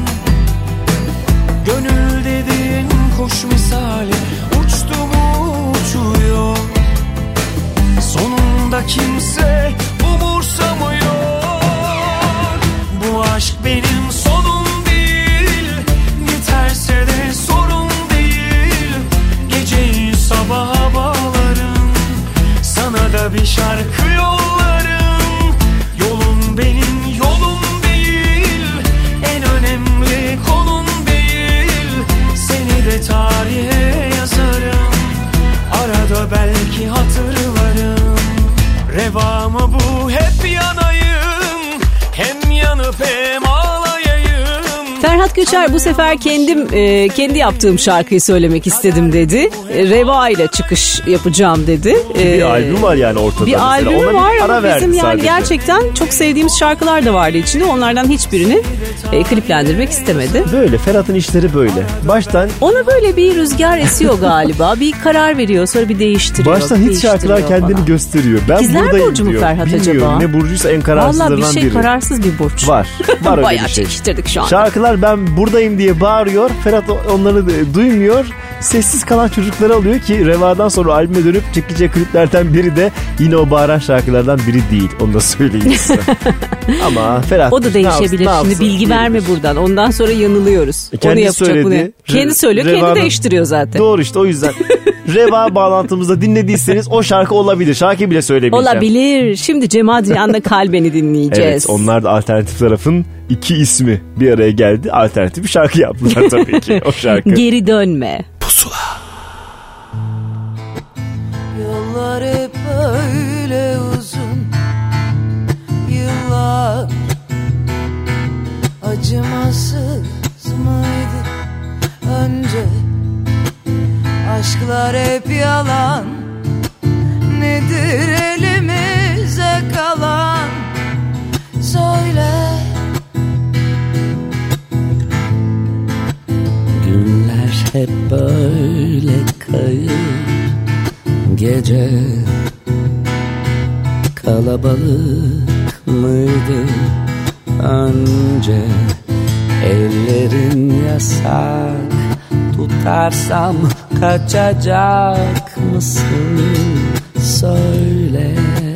Gönül dediğin kuş misali uçtu mu uçuyor. Sonunda kimse umursamıyor. Bu aşk benim sonum, biterse de sorun değil. Geceyi sabaha bağlarım, sana da bir şarkı yollarım. Yolum benim yolum değil, en önemli konum değil. Seni de tarihe yazarım, arada belki hatırlarım. Reva mı bu hep yanayım, hem yanıp hem ağlayayım. Ferhat Göçer bu sefer kendim e, kendi yaptığım şarkıyı söylemek istedim dedi. E, Reva ile çıkış yapacağım dedi. E, bir albüm var yani ortada. Bir mesela. albüm var ama bizim yani sadece. gerçekten çok sevdiğimiz şarkılar da vardı içinde. Onlardan hiçbirini e, kliplendirmek istemedi. Böyle Ferhat'ın işleri böyle. Baştan. Ona böyle bir rüzgar esiyor galiba. Bir karar veriyor, sonra bir değiştiriyor. Baştan hiç şarkılar kendini falan gösteriyor. Ben İkizler buradayım burcu mu diyor. Ferhat Bilmiyorum acaba? Ne burcuysa en kararsızlarından biri. Vallahi bir şey biri. Kararsız bir burç. Var. Var öyle Bayağı bir şey. çekiştirdik şu an. Şarkılar ben buradayım diye bağırıyor. Ferhat onları duymuyor. Sessiz kalan çocukları alıyor ki Reva'dan sonra albüme dönüp çekeceği kliplerden biri de yine o bağıran şarkılardan biri değil. Onu da söyleyeyim size. Ama Ferhat o da değişebilir. Ne Şimdi bilgi verme buradan. Ondan sonra yanılıyoruz. E, onu yapacak söyledi, bunu. Kendi söylüyor, Reva'nın, kendi değiştiriyor zaten. Doğru işte o yüzden. Reva bağlantımızda dinlediyseniz o şarkı olabilir. Şarkıyı bile söylemeyeceğim. Olabilir. Şimdi Cem Adrian'la Kalben'i dinleyeceğiz. Evet, onlar da alternatif tarafın iki ismi bir araya geldi. Alternatif bir şarkı yaptılar tabii ki o şarkı. Geri dönme. Pusula. Yollar hep böyle uzun, yıllar acımasız mıydı önce? Aşklar hep yalan, nedir elimize kalan? Söyle. Günler hep böyle kayıp, gece kalabalık mıydı önce? Ellerin yasak, tutarsam kaçacak mısın? Söyle.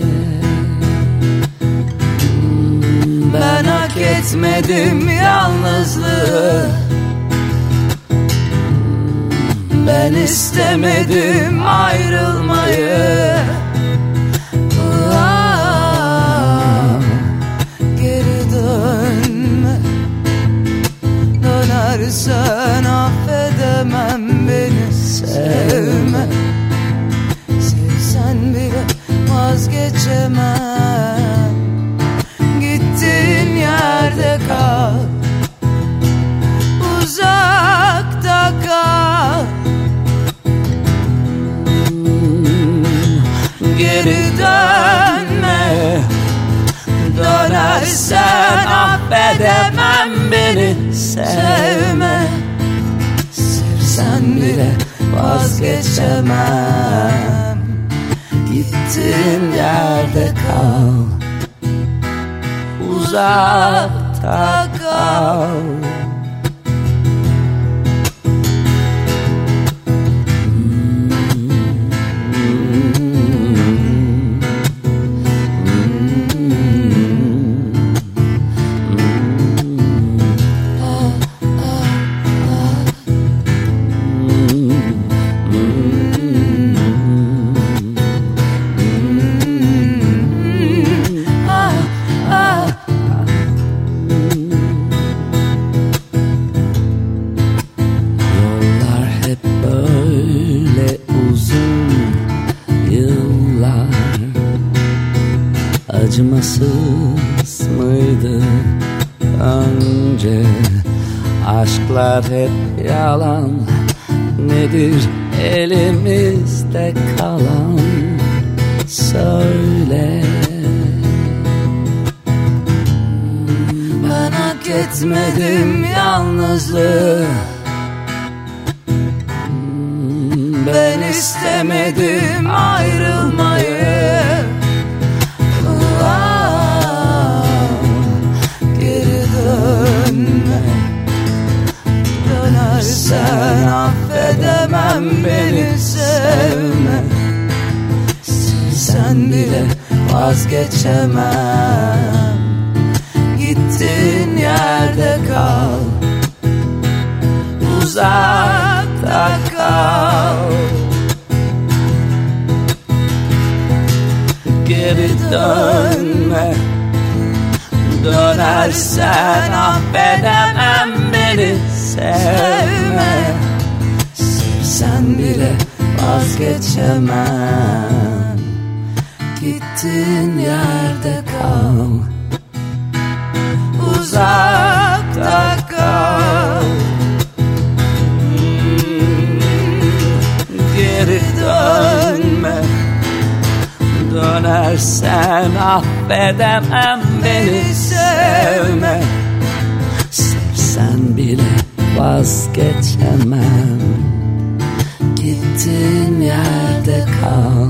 Ben hak etmedim yalnızlığı, ben istemedim ayrılmayı. Aa, geri dönme, dönersen affedemem, beni sevme. Sevsen bile vazgeçemem, gittiğin yerde kal, uzakta kal. Geri dönme, dönersen affedemem. affedemem beni sevme. Sevsen bile vazgeçemem. Gittiğin yerde kal, uzakta kal. Acımasız mıydı önce? Aşklar hep yalan. Nedir elimizde kalan? Söyle. Ben hak etmedim yalnızlığı. Ben istemedim ayrılmayı. Dönersen affedemem beni sevme. Sen bile vazgeçemem. Gittiğin yerde kal, uzakta kal. Geri dönme. Dönersen affedemem beni sevme. Sevsen bile vazgeçemem. Gittiğin yerde kal, uzakta kal. Geri dönme. Dönersen affedemem beni sevme. Sevsen bile vazgeçemem. Gittiğin yerde kal,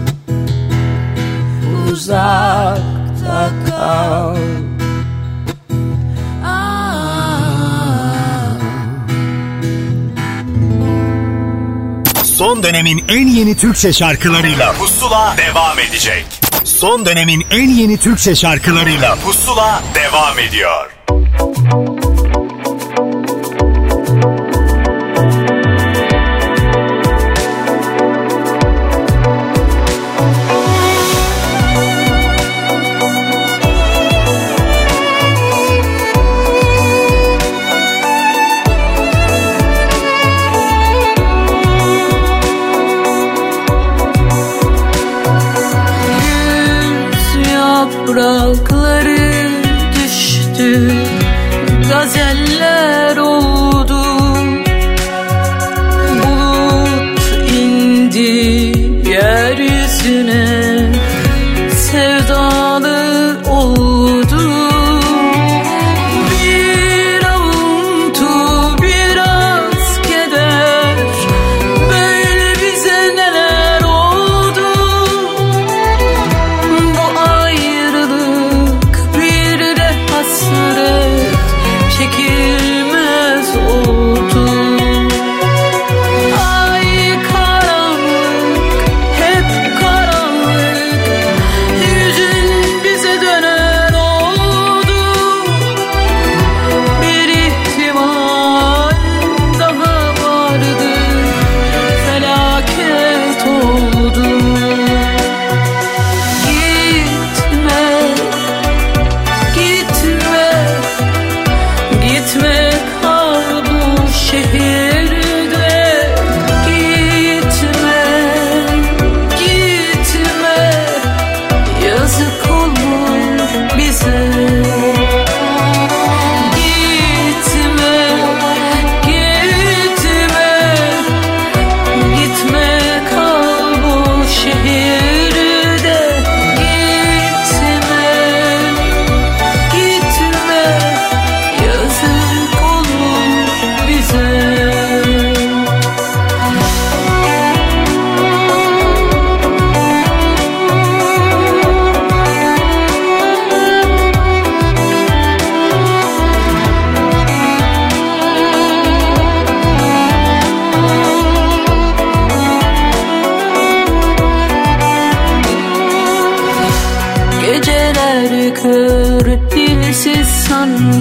uzakta kal. Son dönemin en yeni Türkçe şarkılarıyla Pusula devam edecek. Son dönemin en yeni Türkçe şarkılarıyla Pusula devam ediyor. Yaprakları düştü, gazeller oldu. Bulut indi yeryüzüne, sevdalı oldu. Bir avuntu, biraz keder, böyle bize neler oldu. Bu ayrılık bir de hasret, çekilmez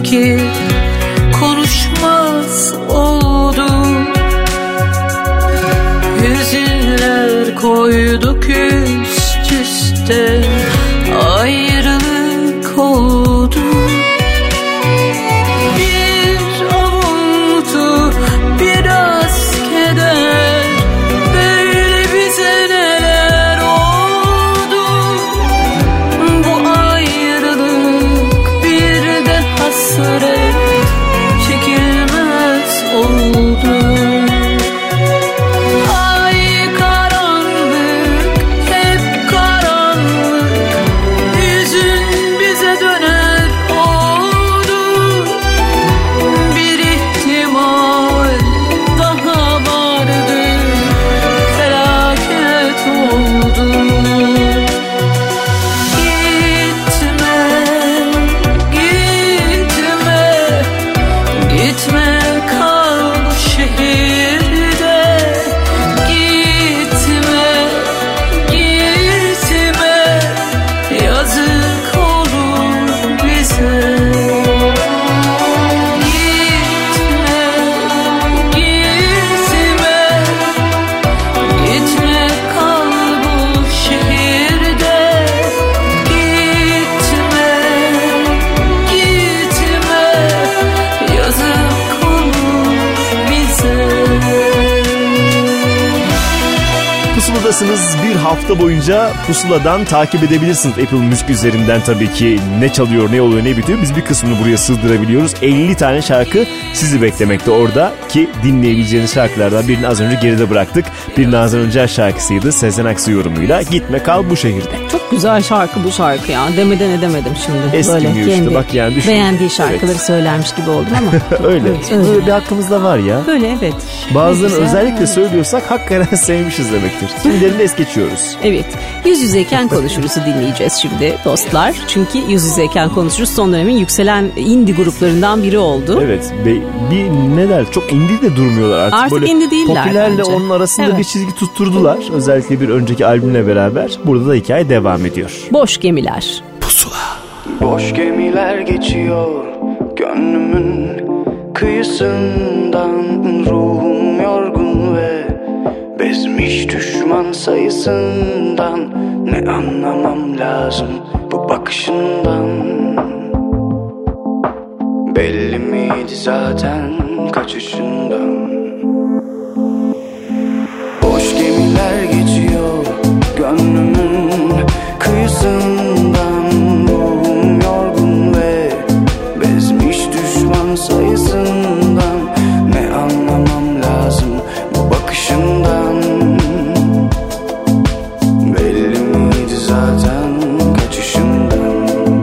sanki konuşmaz oldum. Hüzünler koyduk üst üste, ayrılık oldu. Bir avuntu, biraz keder, böyle bize neler oldu. Bu ayrılık bir de hasret, çekilmez oldu. Bir hafta boyunca Pusula'dan takip edebilirsiniz. Apple Müzik üzerinden tabii ki ne çalıyor, ne oluyor, ne bitiyor. Biz bir kısmını buraya sığdırabiliyoruz. elli tane şarkı sizi beklemekte orada ki dinleyebileceğiniz şarkılardan birini az önce geride bıraktık. Bir Nazan Öncel şarkısıydı Sezen Aksu yorumuyla. Gitme kal bu şehirde. Çok güzel şarkı bu şarkı ya. Demeden edemedim şimdi. Eskimiyor böyle işte bak yani düşün. Beğendiği şarkıları evet. söylermiş gibi oldum ama. Öyle. Öyle. Böyle bir hakkımız da var ya. Böyle evet. Bazılarını özellikle evet. söylüyorsak hakikaten sevmişiz demektir. Kimilerini es geçiyoruz. Evet. Yüz yüzeyken konuşuruzu dinleyeceğiz şimdi dostlar. Çünkü yüz yüzeyken konuşuruz son dönemin yükselen indie gruplarından biri oldu. Evet. Be, bir ne der? Çok indie de durmuyorlar artık. Artık böyle indie değiller popülerle bence. onun arasında evet. bir çizgi tutturdular. Özellikle bir önceki albümle beraber. Burada da hikaye devam ediyor. Boş gemiler. Pusula. Boş gemiler geçiyor gönlümün kıyısından. Ruhum yorgun ve bezmiş düşman sayısından. Ne anlamam lazım bu bakışından. Belli miydi zaten kaçışından. Boş gemiler geçiyor gönlümün kıyısından. Ruhum yorgun ve bezmiş düşman sayısından. Ne anlamam lazım bu bakışından. Belli miydi zaten kaçışından.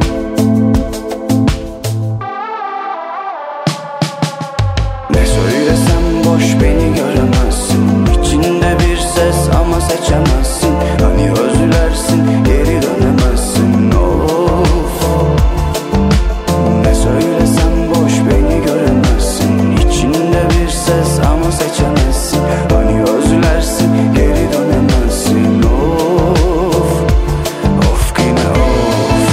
Ne söylesem boş, beni göremezsin. İçinde bir ses ama seçemezsin. Hani özlersin, geri dönemezsin. Of. Ne söylesem boş, beni göremezsin. İçinde bir ses ama seçemezsin. Hani özlersin, geri dönemezsin. Of. Of yine of.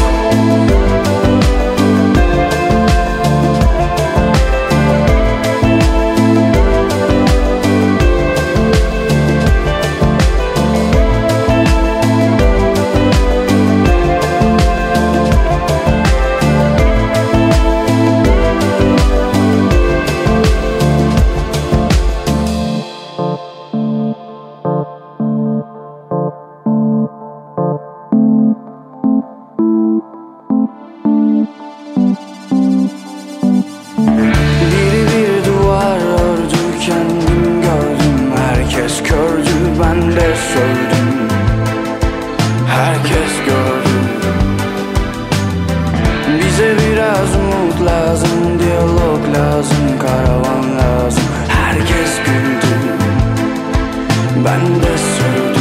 Biri bir duvar ördü, kendim gördüm. Herkes kördü, ben de sövdüm. Herkes gördü. Bize biraz umut lazım, diyalog lazım, karavan lazım. Herkes güldü, ben de sövdüm.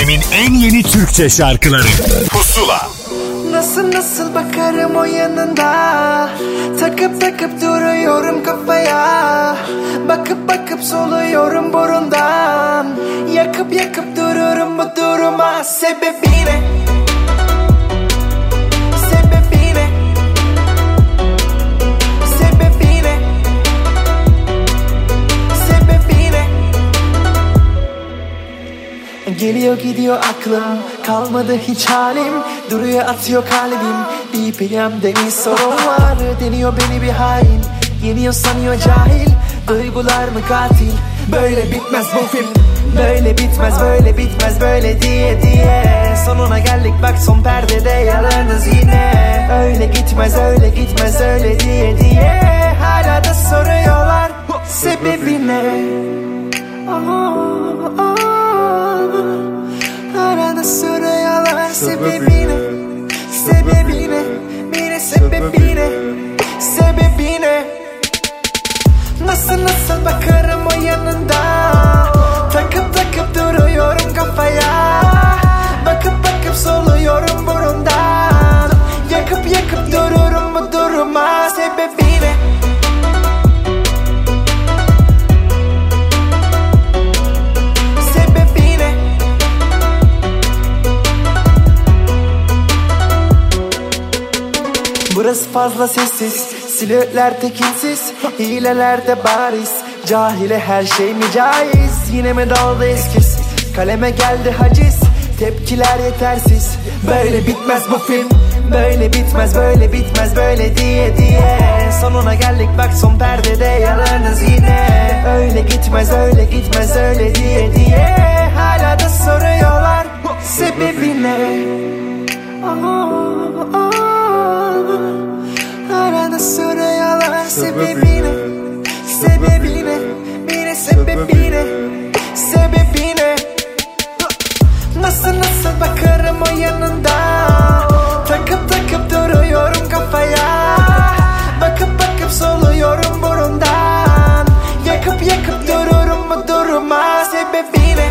dönemin en yeni Türkçe şarkıları Pusula. Nasıl nasıl bakarım o yanında, takıp takıp duruyorum kafaya, bakıp bakıp soluyorum burundan, yakıp yakıp dururum bu duruma. Sebebi ne? Sebebi ne? Sebebi ne? Sebebi ne? Geliyor gidiyor aklım, kalmadı hiç halim, duruyor atıyor kalbim. B P M'de bir sorun var, deniyor beni bir hain, yeniyor sanıyor cahil, duygular mı katil? Böyle bitmez bu film, böyle bitmez, böyle bitmez, böyle diye diye sonuna geldik bak, son perdede yalanız yine. Öyle gitmez, öyle gitmez, öyle diye diye hala da soruyorlar sebebi ne? Oh, oh. Arada soruyorlar sebebi ne? Sebebi ne? Mine sebebi ne? Sebebi ne? Nasıl nasıl bakarım o yanında, takıp takıp duruyorum kafaya, bakıp bakıp soluyorum burundan, yakıp yakıp dururum bu duruma. Sebebi ne? Burası fazla sessiz, silüetler tekinsiz, hileler de bariz, cahile her şey mi caiz? Yine mi daldı eskiz, kaleme geldi haciz, tepkiler yetersiz. Böyle bitmez bu film, böyle bitmez, böyle bitmez, böyle diye diye sonuna geldik bak, son perdede yalanız yine. Öyle gitmez, öyle gitmez, öyle diye diye hala da soruyorlar sebebi ne? Oh, oh. Arada soruyorlar sebebi ne? Sebebi ne? Mine sebebi ne? Sebebi ne? Nasıl nasıl bakarım o yanında, takıp takıp duruyorum kafaya, bakıp bakıp soluyorum burundan, yakıp yakıp dururum bu duruma. Sebebi ne?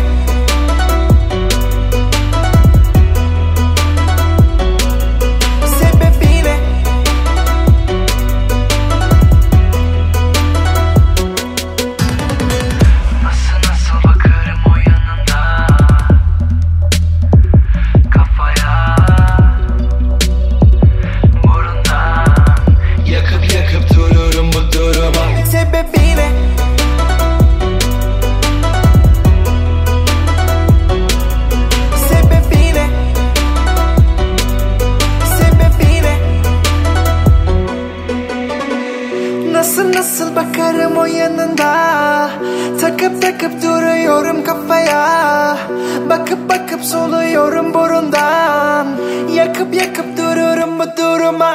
Nasıl nasıl bakarım o yanında, takıp takıp duruyorum kafaya, bakıp bakıp soluyorum burundan, yakıp yakıp dururum bu duruma.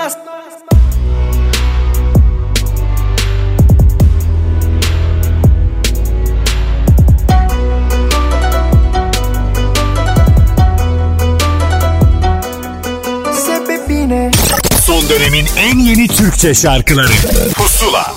Sebebi ne? Son dönemin en yeni Türkçe şarkıları Pusula.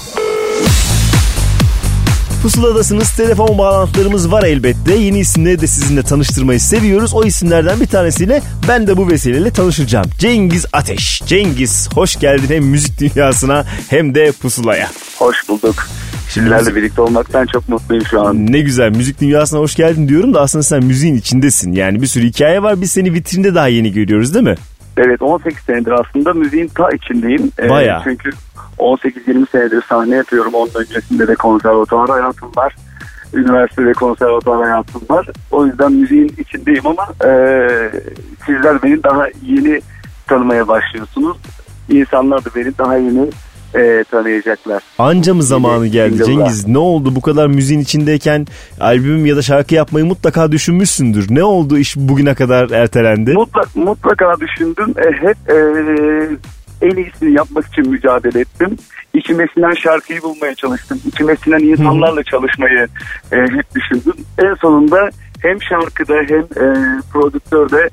Pusuladasınız. Telefon bağlantılarımız var elbette. Yeni isimleri de sizinle tanıştırmayı seviyoruz. O isimlerden bir tanesiyle ben de bu vesileyle tanışacağım. Cengiz Ateş. Cengiz, hoş geldin hem müzik dünyasına hem de Pusula'ya. Hoş bulduk. Sizlerle birlikte olmaktan çok mutluyum şu an. Ne güzel, müzik dünyasına hoş geldin diyorum da aslında sen müziğin içindesin. Yani bir sürü hikaye var. Biz seni vitrinde daha yeni görüyoruz değil mi? Evet, on sekiz senedir aslında müziğin ta içindeyim. Bayağı. Ee, çünkü on sekiz yirmi senedir sahne yapıyorum. Onun öncesinde de konservatuvar hayatım var. Üniversite ve konservatuvar hayatım var. O yüzden müziğin içindeyim ama e, sizler beni daha yeni tanımaya başlıyorsunuz. İnsanlar da beni daha yeni e, tanıyacaklar. Anca mı zamanı geldi Cengiz? Ne oldu bu kadar müziğin içindeyken albüm ya da şarkı yapmayı mutlaka düşünmüşsündür. Ne oldu iş bugüne kadar ertelendi? Mutlak, mutlaka düşündüm. E, hep e, en iyisini yapmak için mücadele ettim. İçime sinen şarkıyı bulmaya çalıştım. İçime sinen insanlarla çalışmayı e, hep düşündüm. En sonunda hem şarkıda hem e, prodüktörde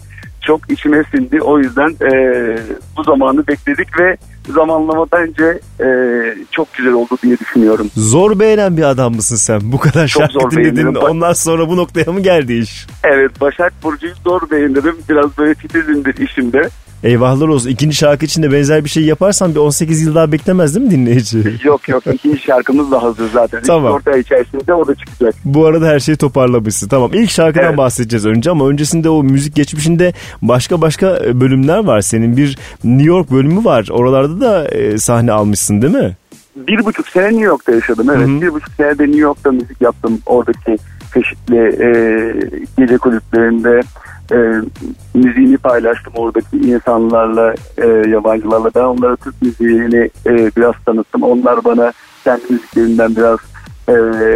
çok içime sindi. O yüzden e, bu zamanı bekledik ve zamanlama bence e, çok güzel oldu diye düşünüyorum. Zor beğenen bir adam mısın sen? Bu kadar Çok şarkı zor dinledin. beğenirim. Ondan sonra bu noktaya mı geldi iş? Evet, Başak Burcu'yu zor beğenirim. Biraz böyle titizimdir işimde. Eyvahlar olsun. İkinci şarkı için de benzer bir şey yaparsan bir on sekiz yıl daha beklemez değil mi dinleyici? Yok yok, ikinci şarkımız da hazır zaten. Tamam. dört ay içerisinde o da çıkacak. Bu arada her şeyi toparlamışsın. Tamam, ilk şarkıdan evet. bahsedeceğiz önce ama öncesinde o müzik geçmişinde başka başka bölümler var. Senin bir New York bölümü var. Oralarda da e, sahne almışsın değil mi? Bir buçuk sene New York'ta yaşadım. Evet, Hı-hı. bir buçuk sene de New York'ta müzik yaptım. Oradaki çeşitli e, gece kulüplerinde e, müziğini paylaştım oradaki insanlarla, e, yabancılarla. Ben onlara Türk müziğini e, biraz tanıttım. Onlar bana kendi müziklerinden biraz e,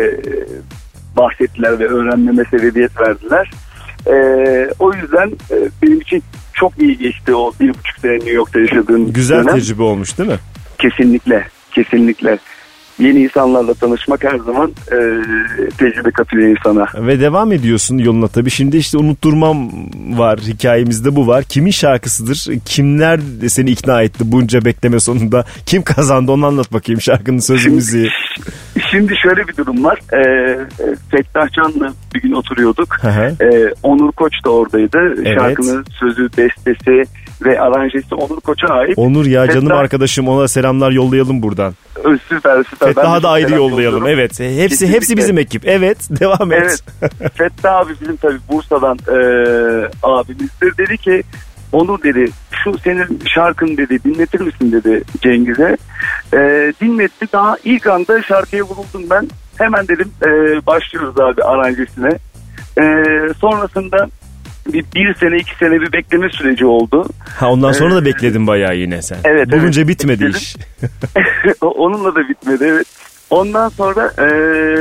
bahsettiler ve öğrenmeme sebebiyet verdiler. E, o yüzden e, benim için çok iyi geçti o bir buçuk sene New York'ta yaşadığım Güzel dönem. tecrübe olmuş değil mi? Kesinlikle, kesinlikle. Yeni insanlarla tanışmak her zaman e, tecrübe katıyor insana. Ve devam ediyorsun yoluna tabii. Şimdi işte Unutturmam var, hikayemizde bu var. Kimin şarkısıdır? Kimler seni ikna etti bunca bekleme sonunda? Kim kazandı, onu anlat bakayım, şarkının sözü şimdi, müziği. Şimdi şöyle bir durum var. E, Fettah Can'la bir gün oturuyorduk. E, Onur Koç da oradaydı. Evet. Şarkının sözü, bestesi ve aranjesi Onur Koç'a ait. Onur ya, Fettah... canım arkadaşım, ona selamlar yollayalım buradan. Süper süper. Fettah'a da ayrı yollayalım. Evet. Hepsi Kesinlikle. hepsi bizim ekip. Evet. Devam et. Evet. Fettah abi bizim tabii Bursa'dan e, abimizdir. Dedi ki Onur dedi, şu senin şarkın dedi, dinletir misin dedi Cengiz'e. E, dinletti. Daha ilk anda şarkıya vuruldum ben. Hemen dedim e, başlıyoruz abi aranjesine. E, sonrasında bir, bir sene iki sene bir bekleme süreci oldu. Ha, ondan sonra ee, da bekledin bayağı yine sen. Evet. Bulunca evet, bitmedi bekledim. iş. Onunla da bitmedi, evet. Ondan sonra e,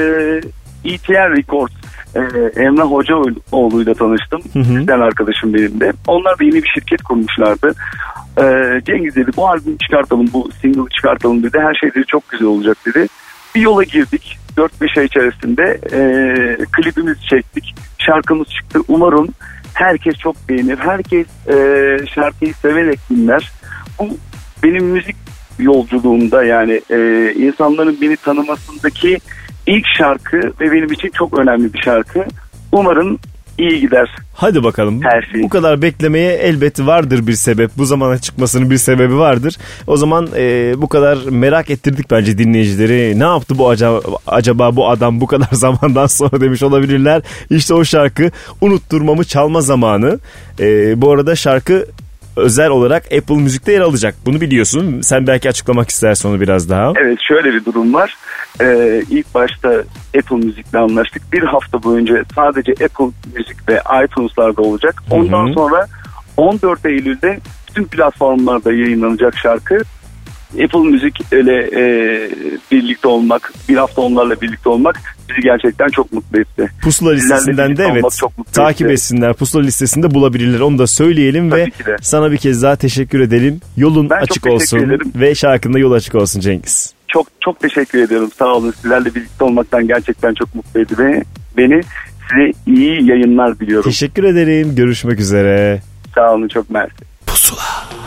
E T R Records, e, Emrah Hocaoğlu'yla tanıştım. Güzel arkadaşım benim de. Onlar da yeni bir şirket kurmuşlardı. E, Cengiz dedi, bu albümü çıkartalım, bu single'ı çıkartalım dedi. Her şey dedi çok güzel olacak dedi. Bir yola girdik. dört beş ay içerisinde e, klibimizi çektik. Şarkımız çıktı. Umarım herkes çok beğenir. Herkes e, şarkıyı severek dinler. Bu benim müzik yolculuğumda, yani e, insanların beni tanımasındaki ilk şarkı ve benim için çok önemli bir şarkı. Umarım iyi gider. Hadi bakalım. Her şey. Bu kadar beklemeye elbet vardır bir sebep. Bu zamana çıkmasının bir sebebi vardır. O zaman e, bu kadar merak ettirdik bence dinleyicileri. Ne yaptı bu acaba, acaba bu adam bu kadar zamandan sonra demiş olabilirler. İşte o şarkı Unutturmamı çalma zamanı. E, bu arada şarkı özel olarak Apple Müzik'te yer alacak. Bunu biliyorsun. Sen belki açıklamak istersen onu biraz daha. Evet, şöyle bir durum var. Ee, ilk başta Apple Müzik'le anlaştık. Bir hafta boyunca sadece Apple Müzik ve iTunes'larda olacak. Ondan Hı-hı. sonra on dört Eylül'de bütün platformlarda yayınlanacak şarkı. Apple Müzik ile e, birlikte olmak, bir hafta onlarla birlikte olmak bizi gerçekten çok mutlu etti. Pusula listesinden de evet takip etti. etsinler. Pusula listesinde bulabilirler. Onu da söyleyelim. Tabii ve sana bir kez daha teşekkür edelim. Yolun ben açık olsun ederim. Ve şarkında yol açık olsun Cengiz. Çok çok teşekkür ediyorum. Sağ olun. Sizlerle birlikte olmaktan gerçekten çok mutlu etti beni. beni. Size iyi yayınlar diliyorum. Teşekkür ederim. Görüşmek üzere. Sağ olun, çok mersi. Pusula.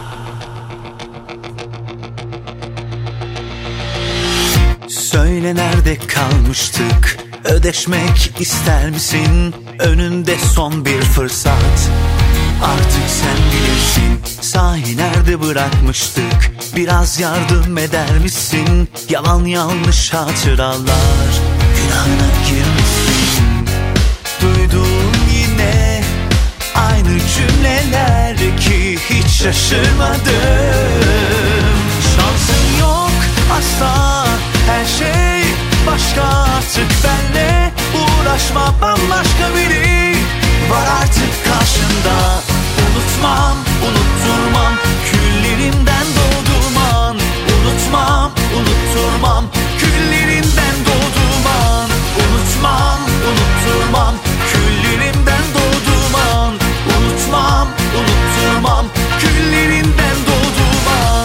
Söyle nerede kalmıştık? Ödeşmek ister misin? Önünde son bir fırsat. Artık sen bilirsin. Sahi nerede bırakmıştık? Biraz yardım eder misin? Yalan yanlış hatıralar günahına girmişsin. Duydum yine aynı cümleler ki hiç şaşırmadım. Şansın yok asla. Her şey başka artık, benle uğraşma, bambaşka biri var artık karşında. Unutmam, unutturmam, küllerinden doğduğum an. Unutmam, unutturmam, küllerinden doğduğum an. Unutmam, unutturmam, küllerinden doğduğum an. Unutmam, unutturmam, küllerinden doğduğum an.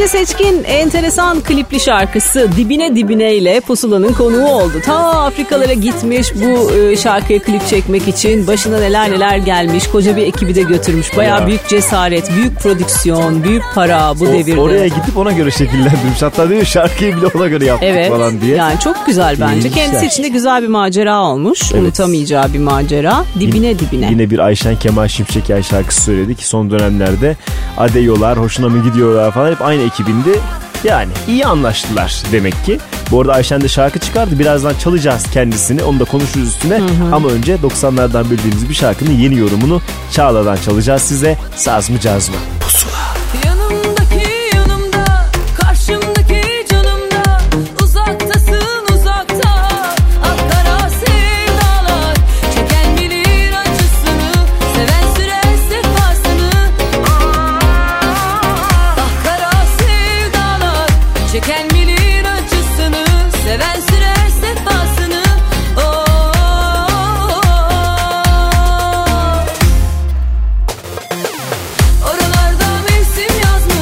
Ece Seçkin enteresan klipli şarkısı Dibine Dibine ile Pusula'nın konuğu oldu. Ta Afrikalara gitmiş bu e, şarkıya klip çekmek için. Başına neler neler gelmiş. Koca bir ekibi de götürmüş. Bayağı ya. büyük cesaret, büyük prodüksiyon, büyük para bu o, devirde. Oraya gidip ona göre şekillendirmiş. Hatta diyor şarkıyı bile ona göre yaptık evet, falan diye. Yani çok güzel bence. İyi, kendisi için de güzel bir macera olmuş. Evet. Unutamayacağı bir macera. Dibine yine, Dibine. Yine bir Ayşen Kemal Şimşekay şarkısı söyledik. Son dönemlerde adeyolar, hoşuna mı gidiyorlar falan hep aynı ekibindi. Yani iyi anlaştılar demek ki. Bu arada Ayşen de şarkı çıkardı. Birazdan çalacağız kendisini. Onu da konuşuruz üstüne. Hı hı. Ama önce doksanlardan bildiğimiz bir şarkının yeni yorumunu Çağla'dan çalacağız size. Saz mı caz mı? Pusula. Yanımdaki yanımda, karşımdaki canımda, uzaktasın uzakta. Akkara sevdalar, çeken bilir acısını, seven sürer sefasını. Akkara sevdalar, çeken bilir acısını, seven sürer sefasını. Oh. Oralarda mevsim yazmış.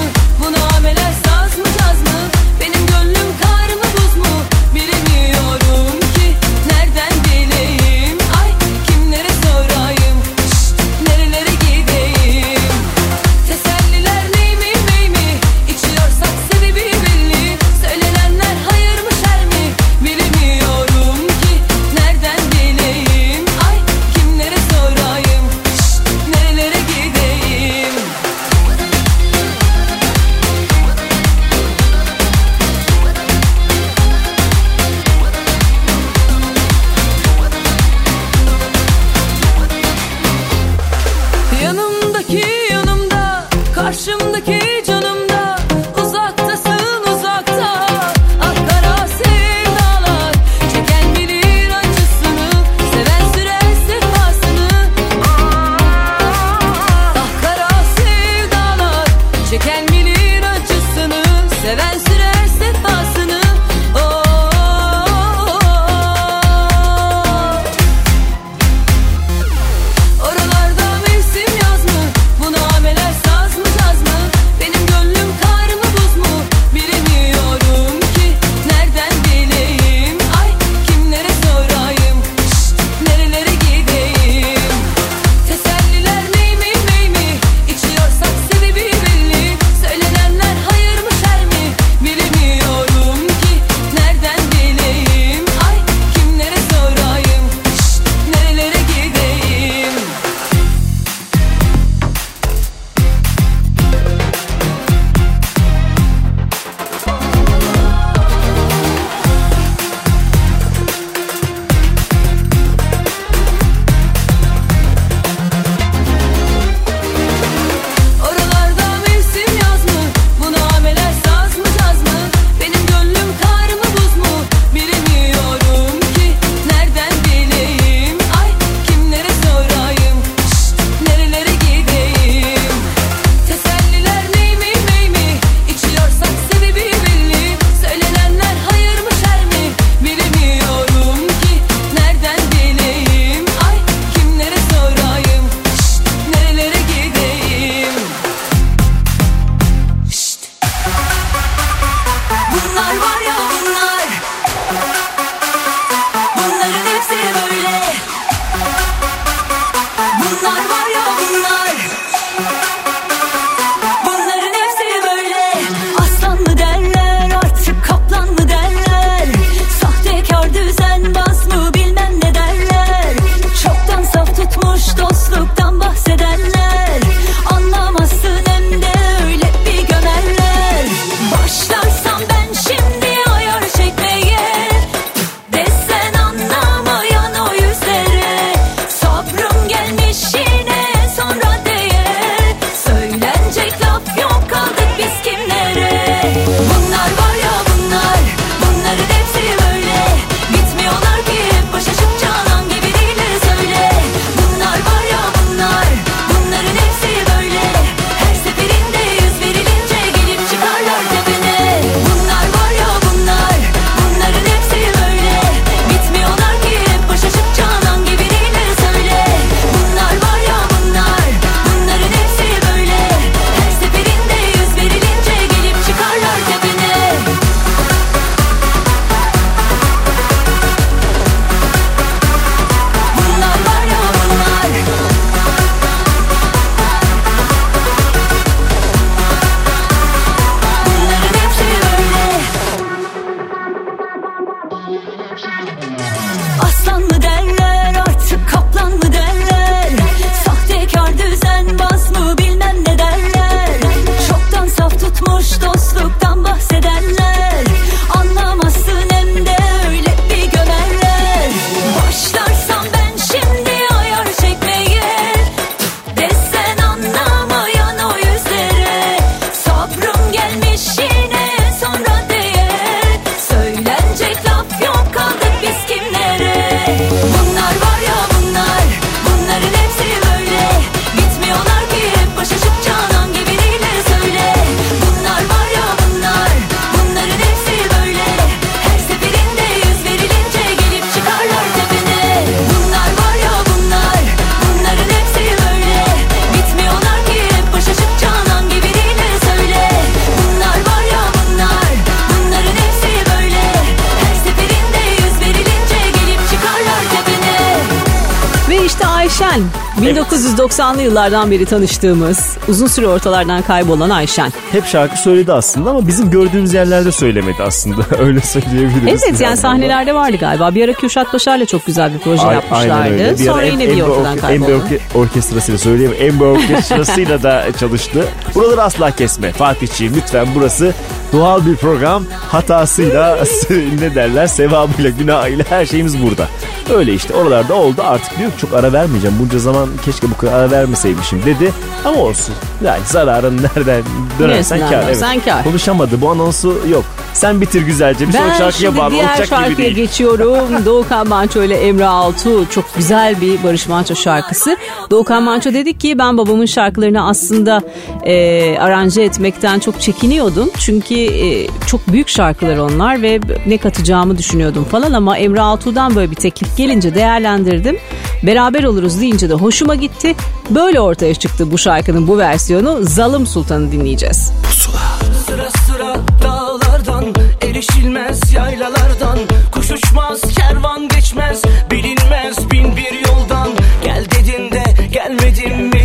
Ayşen. bin dokuz yüz doksanlı yıllardan beri tanıştığımız, uzun süre ortalardan kaybolan Ayşen. Hep şarkı söyledi aslında ama bizim gördüğümüz yerlerde söylemedi aslında. Öyle söyleyebiliriz. Evet yani, yani sahnelerde vardı galiba. Bir ara Kürşat Başar'la çok güzel bir proje A- yapmışlardı. Sonra yine bir ortadan kayboldu. Embe orkestrasıyla söyleyeyim. Embe orkestrasıyla da çalıştı. Buraları asla kesme. Fatihciğim lütfen, burası doğal bir program. Hatasıyla ne derler, sevabıyla, günahıyla her şeyimiz burada. Öyle işte, oralarda oldu, artık diyor çok ara vermeyeceğim. Bunca zaman keşke bu kadar ara vermeseymişim dedi. Ama olsun. Yani zararın nereden dönersen kâr. Evet. Sen kâr. Konuşamadı. Bu anonsu yok. Sen bitir güzelce. Bir sonraki şarkıya bağlı olacak gibi değil. Ben şimdi diğer şarkıya geçiyorum. Doğukan Manço ile Emre Altuğ. Çok güzel bir Barış Manço şarkısı. Doğukan Manço dedi ki ben babamın şarkılarını aslında e, aranje etmekten çok çekiniyordum. Çünkü e, çok büyük şarkılar onlar ve ne katacağımı düşünüyordum falan. Ama Emre Altuğ'dan böyle bir teklif gelince değerlendirdim. Beraber oluruz deyince de hoşuma gitti. Böyle ortaya çıktı bu şarkının bu versiyonu. Zalim Sultan'ı dinleyeceğiz. Pusula. Sıra sıra dağlardan, erişilmez yaylalardan, kuş uçmaz, kervan geçmez, bilinmez bin bir yoldan. Gel dedin de gelmedin mi?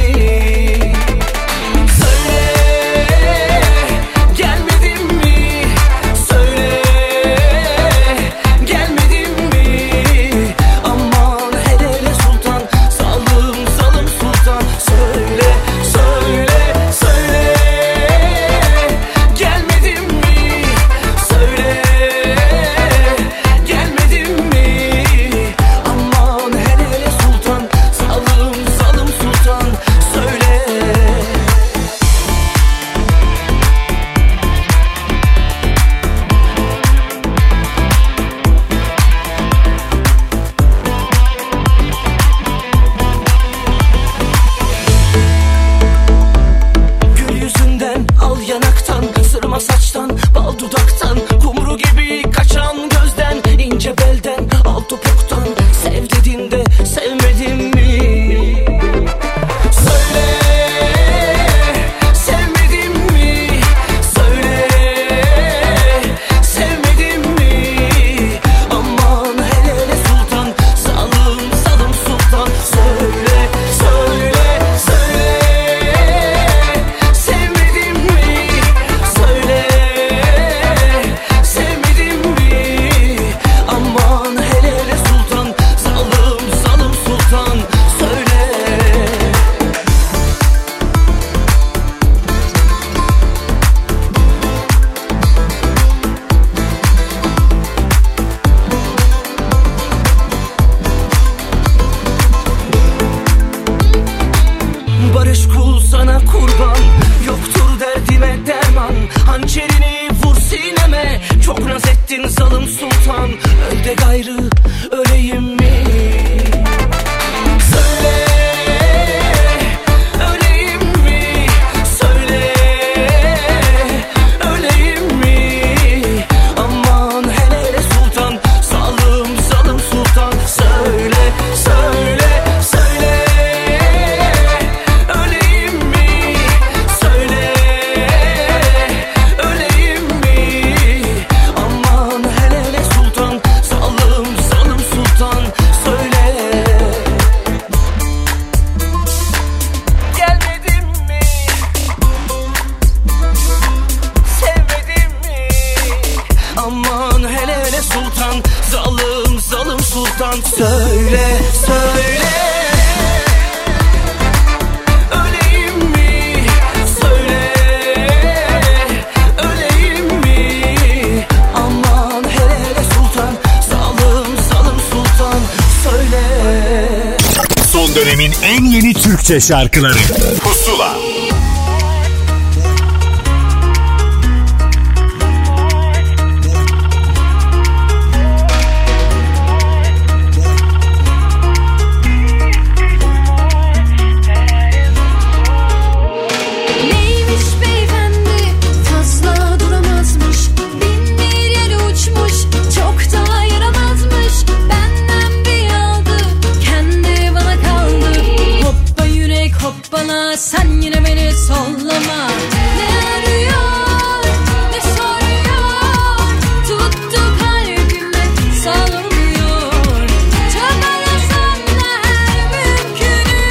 Türkçe şarkıları Pusula. Sen yine beni sollama. Ne arıyor, ne soruyor, tuttu kalbime salmıyor. Çabalasam da her mümkünü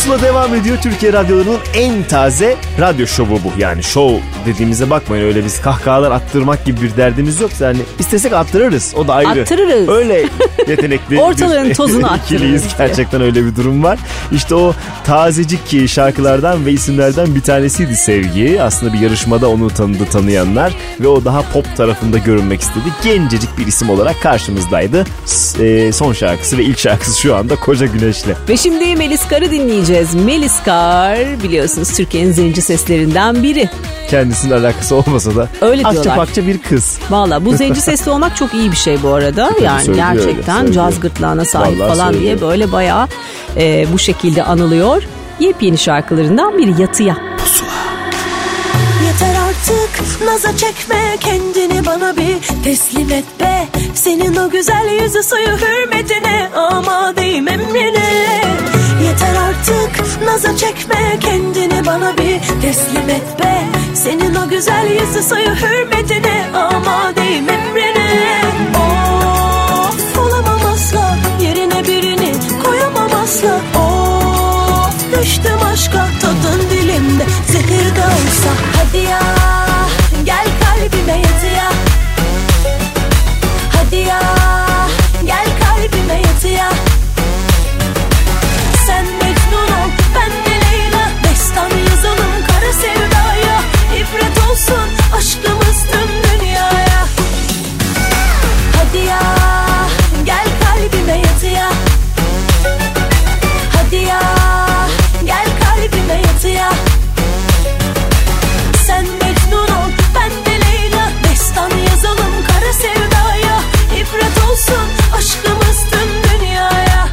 Pusula devam ediyor. Türkiye radyolarının en taze radyo şovu bu. Yani şov dediğimize bakmayın, öyle biz kahkahalar attırmak gibi bir derdimiz yok. Yani istesek attırırız, o da ayrı. Attırırız. Öyle yetenekli ortaların tozunu attırırız. Gerçekten öyle bir durum var. İşte o tazecik şarkılardan ve isimlerden bir tanesiydi Sevgi. Aslında bir yarışmada onu tanıdı tanıyanlar ve o daha pop tarafında görünmek istedi. Gencecik bir isim olarak karşımızdaydı. E, son şarkısı ve ilk şarkısı şu anda Koca Güneş'le. Ve şimdi Melis Kar'ı dinleyeceğiz. Melis Kar biliyorsunuz Türkiye'nin zenci seslerinden biri. Kendisinin alakası olmasa da öyle akça diyorlar. Pakça bir kız. Valla bu zenci sesli olmak çok iyi bir şey bu arada. Tabii yani gerçekten öyle, caz gırtlağına sahip vallahi falan söylüyor. diye böyle bayağı e, bu şekilde anılıyor. Yepyeni şarkılarından biri Yatıya. Yeter artık naza çekme, kendini bana bir teslim et be. Senin o güzel yüzü suyu hürmetine, amadeyim emrine. Yeter artık naza çekme, kendini bana bir teslim et be. Senin o güzel yüzü suyu hürmetine, amadeyim emrine. Of olamam asla, yerine birini koyamam asla. Of düştüm aşka, tadın dilimde zehir de olsa. Hadi ya gel kalbime yatıya. Hadi ya gel kalbime yatıya. Sen Mecnun ol, ben de Leyla. Destan yazalım kara sevdaya. İbret olsun aşkımız tüm dünyaya. Hadi ya gel kalbime yatıya. Hadi ya gel kalbime yatıya. Sen Mecnun ol, ben de Leyla. Destan yazalım kara sevdaya. İbret olsun aşkımız tüm dünyaya.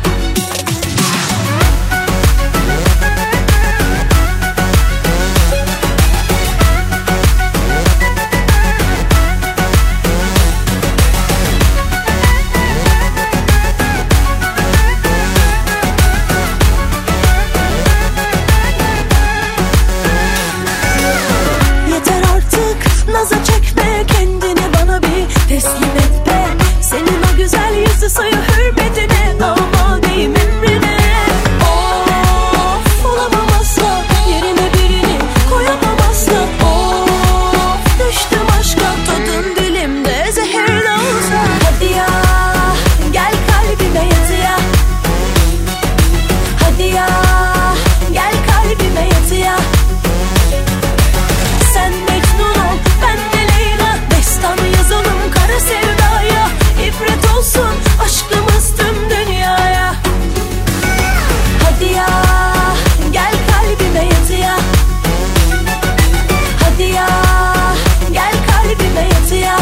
Yeter artık naza çekme, kendini bana bir teslim et be. Senin o güzel yüzü suyu hürmetine, amadeyim emrine. Of olamam asla, yerine birini koyamam asla. Of düştüm aşka, tadın dilimde zehir de olsa. Hadi ya gel kalbime yatıya. Hadi ya gel kalbime yatıya. Sen Mecnun ol, ben de Leyla. Destan yazalım kara sevdaya. İbret olsun aşkımız tüm dünyaya. Hadi ya gel kalbime yatıya. Hadi ya gel kalbime yatıya.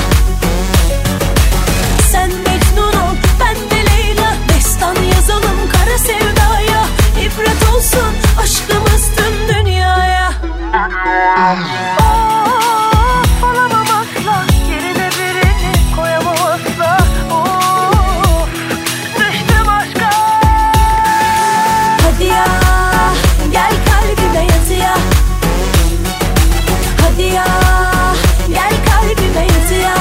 Sen Mecnun ol, ben de Leyla. Destan yazalım kara sevdaya. İbret olsun aşkımız tüm dünyaya. Of olamam asla, yerine birini koyamam asla. Of düştüm aşka. Hadi ya gel kalbime yatıya. Hadi ya gel kalbime yatıya.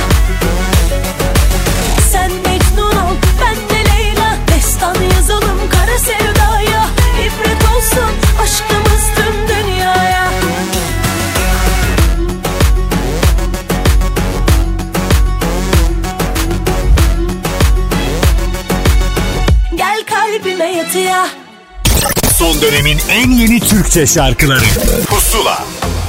Sen Mecnun ol, ben de Leyla. Destan yazalım kara sevdaya. İbret olsun aşkımız tüm dünyaya. Gel kalbime yatıya. Son dönemin en yeni Türkçe şarkıları Pusula.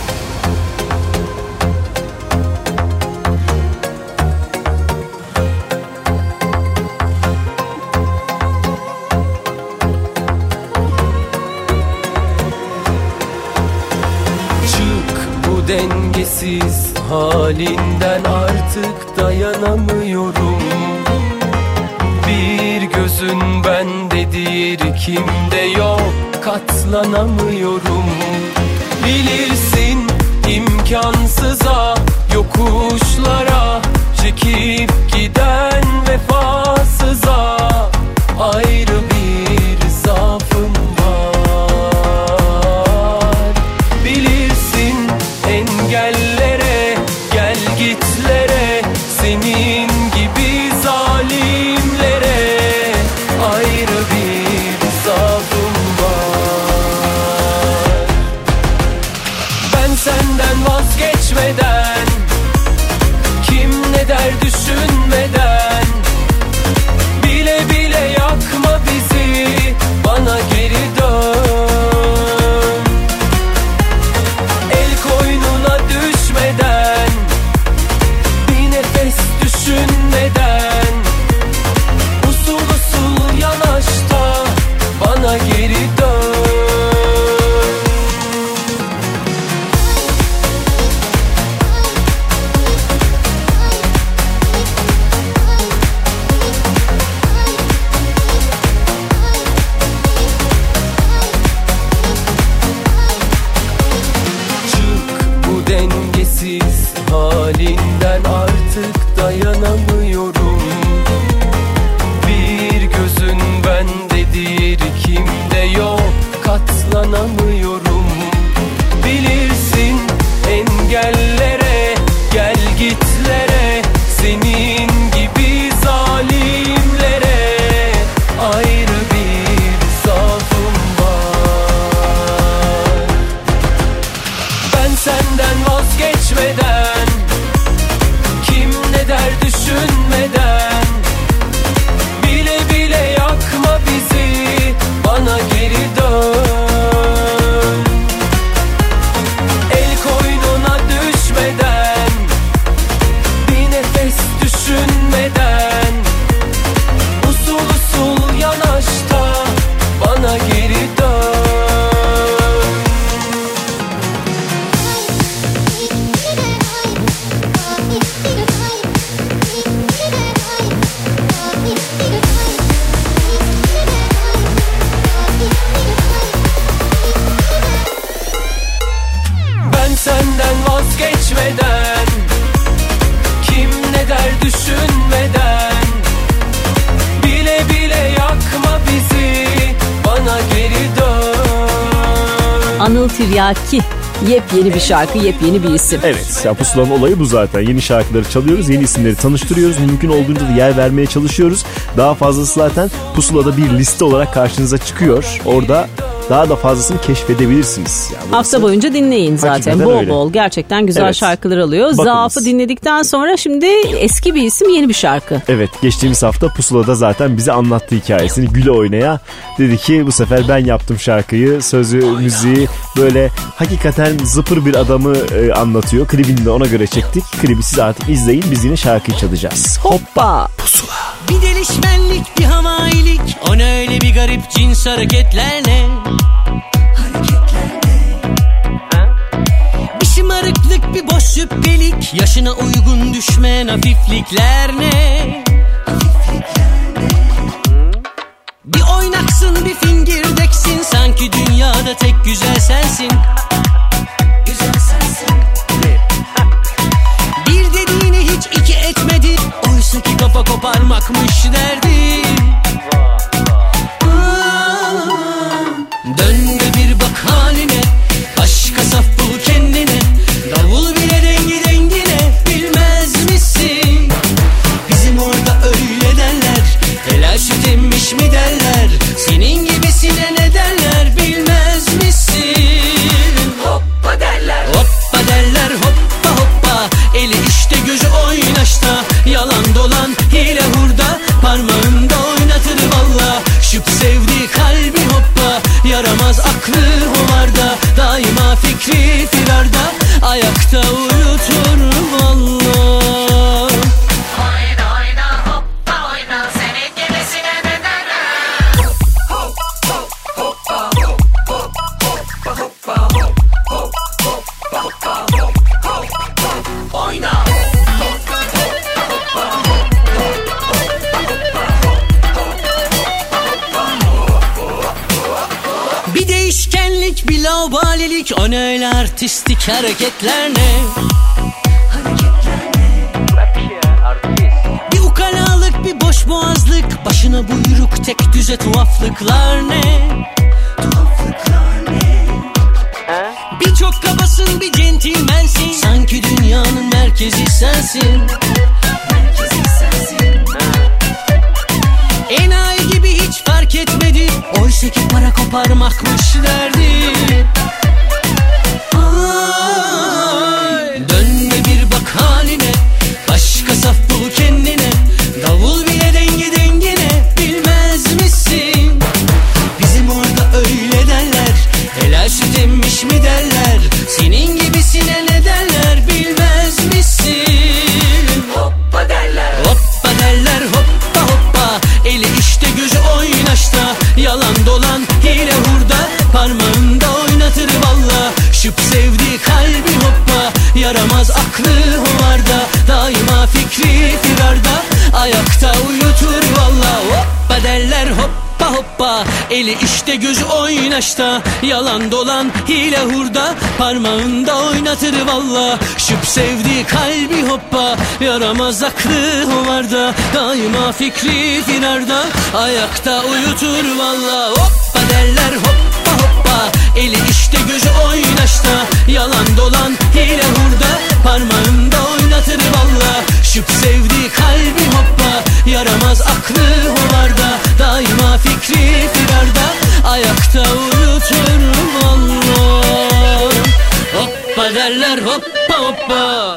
Çık bu dengesiz halinden, artık dayanamıyorum. Bir gözün bende, diğeri kimde yok, katlanamıyorum. Bilirsin imkansıza, yokuşlara çekip giden vefasıza ayrı bir zaafım var. Bilirsin engellere, gel gitlere, senin gibi zalimlere ayrı bir zaafım var. der düşünmeden. Bile bile yakma bizi, bana geri dön. El koynuna düşmeden, bir nefes düşünmeden, usul usul yanaş da bana geri dön. Dengesiz halinden artık dayanamıyorum. Bir gözün bende, diğeri kimde yok, katlanamıyorum. Bilirsin engellere, gel gitlere, senin gibi zalimlere ayrı bir zaafım var. Ben senden vazgeçmeden, kim ne der düşünmeden, bile bile yakma bizi, bana geri dön. El koynuna düşmeden, bir nefes düşünmeden, usul usul yanaş da bana geri dön. Ben senden vazgeçmeden, kim ne der düşünmeden, bile bile yakma bizi, bana geri dön. Anıl Tiryaki. Yepyeni bir şarkı, yepyeni bir isim. Evet, ya Pusula'nın olayı bu zaten. Yeni şarkıları çalıyoruz, yeni isimleri tanıştırıyoruz. Mümkün olduğunca da yer vermeye çalışıyoruz. Daha fazlası zaten Pusula'da bir liste olarak karşınıza çıkıyor. Orada daha da fazlasını keşfedebilirsiniz. Yani hafta boyunca dinleyin zaten. Bol öyle. Bol gerçekten güzel evet. şarkılar alıyor. Bakınız. Zaaf'ı dinledikten sonra şimdi eski bir isim, yeni bir şarkı. Evet, geçtiğimiz hafta Pusula'da zaten bize anlattı hikayesini. Güle oynaya dedi ki bu sefer ben yaptım şarkıyı. Sözü, müziği böyle hakikaten zıpır bir adamı e, anlatıyor. Klibini de ona göre çektik. Klibi siz artık izleyin, biz yine şarkıyı çalacağız. Hoppa Pusula. Bir delişmenlik, bir havailik, ona öyle bir garip cins hareketlerle. Bir şımarıklık, bir boş şüphelik, yaşına uygun düşmeyen hafiflikler ne? Bir oynaksın, bir fingirdeksin, sanki dünyada tek güzel sensin. Güzel sensin. Bir dediğini hiç iki etmedi, oysa ki kafa koparmakmış derdi. Dön ve bir bak haline, başka saf bul kendine, davul bile dengi dengine, bilmez misin? Bizim orada öyle derler, helal süt emmiş mi derler, senin gibisine ne derler, bilmez misin? Hoppa derler, hoppa derler, hoppa hoppa, eli işte gözü oynaşta, yalan dolan hile hurda, parmağında oynatır valla, şıp sevdi kalbi hoppa, yaramaz aklı hovarda, daima fikri firarda, ayakta uyutur valla. Oyna oyna hoppa oyna, senin gibisine ne derler? Hoppa hoppa hoppa hoppa hoppa hoppa hoppa hoppa oyna. Bir değişkenlik, bir laubalilik, o ne öyle artistik hareketler ne? Hareketler ne? Bir ukalalık, bir boş boğazlık, başına buyruk tek düze tuhaflıklar ne? Tuhaflıklar ne? Birçok kabasın, bir centilmensin, sanki dünyanın merkezi sensin. Merkezi sensin. Enayi gibi hiç fark etmedi, oysa ki para koparmakmış derdi. Ay, dön ve bir bak haline, başka saf bul Eli işte gözü oynaşta, yalan dolan hile hurda, parmağında oynatır valla. Şıp sevdi kalbi hoppa, yaramaz aklı hovarda, daima fikri firarda, ayakta uyutur valla. Hoppa derler hoppa hoppa, eli işte gözü oynaşta, yalan dolan hile hurda, parmağında oynatır valla. Şıp sevdi kalbi hoppa, yaramaz aklı hovarda, daima fikri firarda, ayakta uyutur valla. Hoppa derler hoppa hoppa.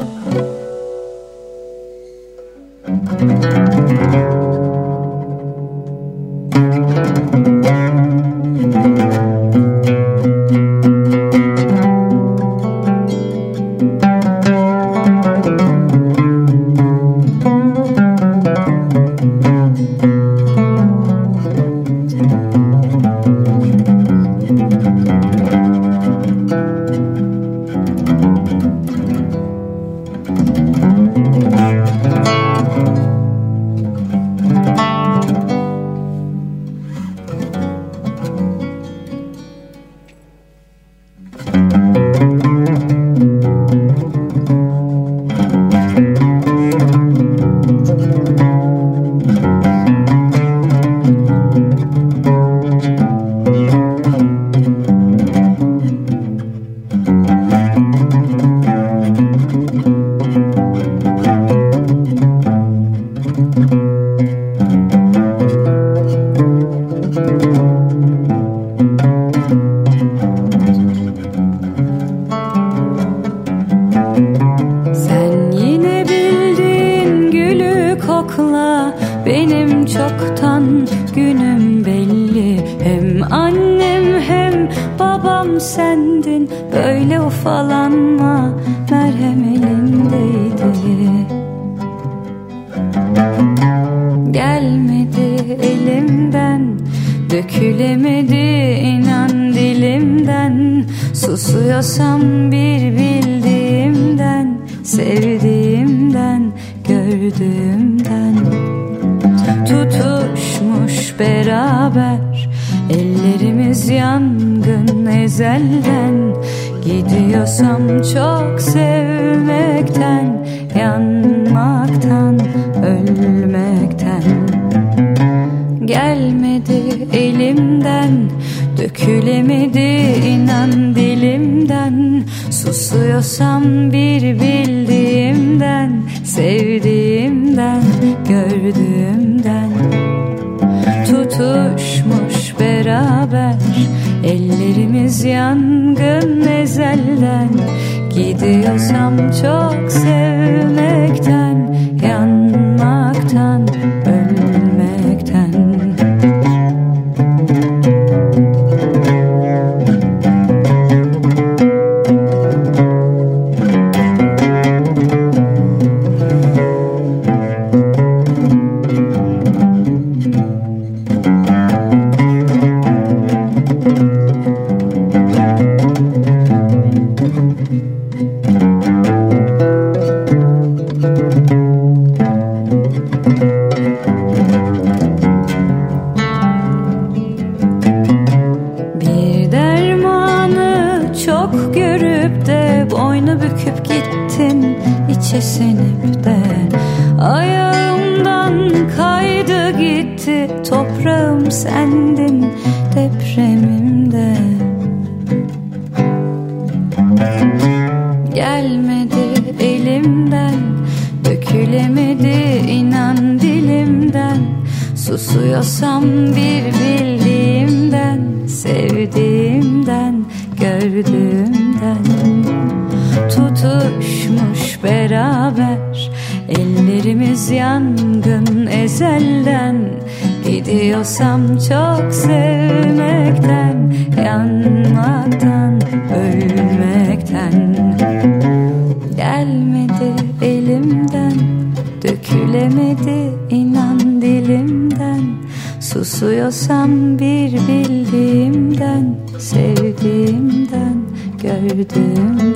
Susuyorsam bir bildiğimden, sevdiğimden, gördüğümden.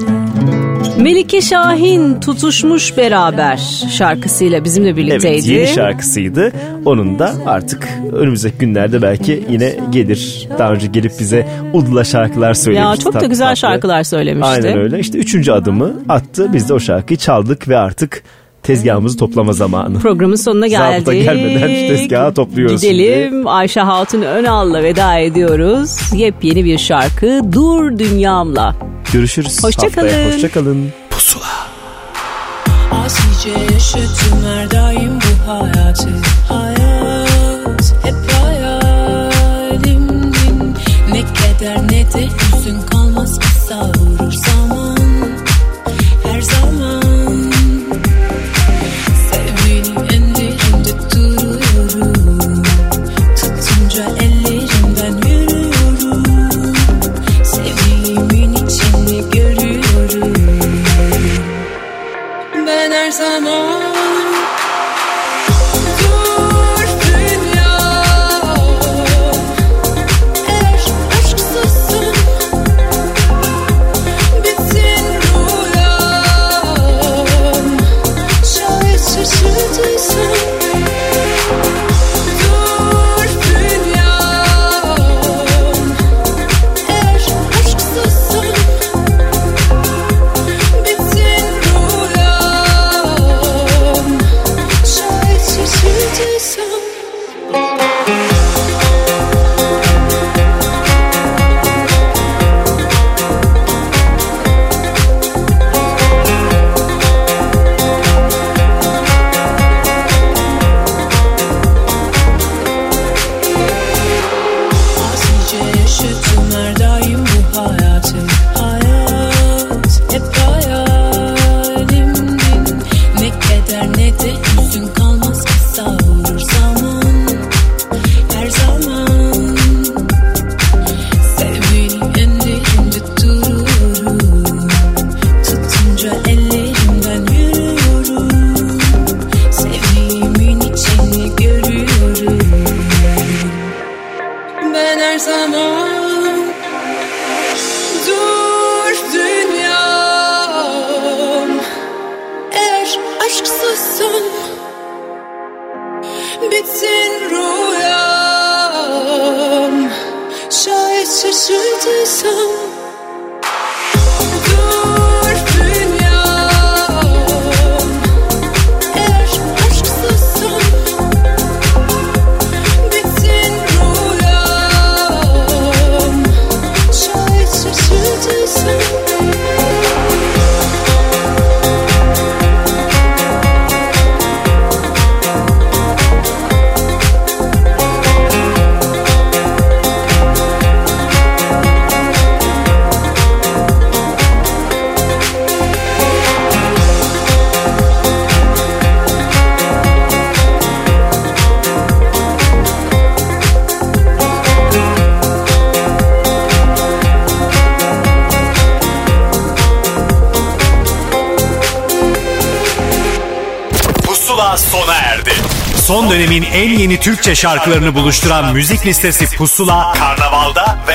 Melike Şahin Tutuşmuş Beraber şarkısıyla bizimle birlikteydi. Evet, yeni şarkısıydı. Onun da artık önümüzdeki günlerde belki yine gelir. Daha önce gelip bize Udla şarkılar söylemişti. Ya çok da güzel tatlı şarkılar söylemişti. Aynen öyle. İşte üçüncü adımı attı. Biz de o şarkıyı çaldık ve artık tezgahımızı toplama zamanı. Programın sonuna geldik. Zabıta gelmeden tezgahı topluyoruz. Gidelim. Şimdi. Ayşe Hatun Önal'la veda ediyoruz. Yepyeni bir şarkı Dur Dünyamla. Görüşürüz. Hoşçakalın. Hoşçakalın. Pusula. Asice yaşadım her daim bu hayatı. Hayat hep hayalimdin. Ne keder ne de hüzün kalmaz ki savurur zaman. Her zaman sevdiğini enlerimde duruyorum. Tutunca ellerimden yürüyorum. Sevdiğimin içini görüyorum. Ben her zaman dur dünya, eğer aşksızsın bitsin rüyam, şayet şaşırdıysam. Dur dünya, eğer aşksızsın bitsin rüyam, şayet şaşırdıysam. Asice yaşadım her daim bu hayatı. Hayat hep hayalimdin. Ne keder ne de hüzün kalmaz ki savurur zaman. Her zaman sevdiğini ellerimde duruyorum. Tutunca ellerimden yürüyorum. Sevdiğimin içini görüyorum. Ben her zaman dur dünyam, eğer aşksızsın bitsin rüyam, şayet şaşırdıysam. Dur dünyam, eğer aşksızsın bitsin rüyam, şayet şaşırdıysam. Pusula sona erdi. Son dönemin en yeni Türkçe şarkılarını buluşturan müzik listesi Pusula, Karnaval'da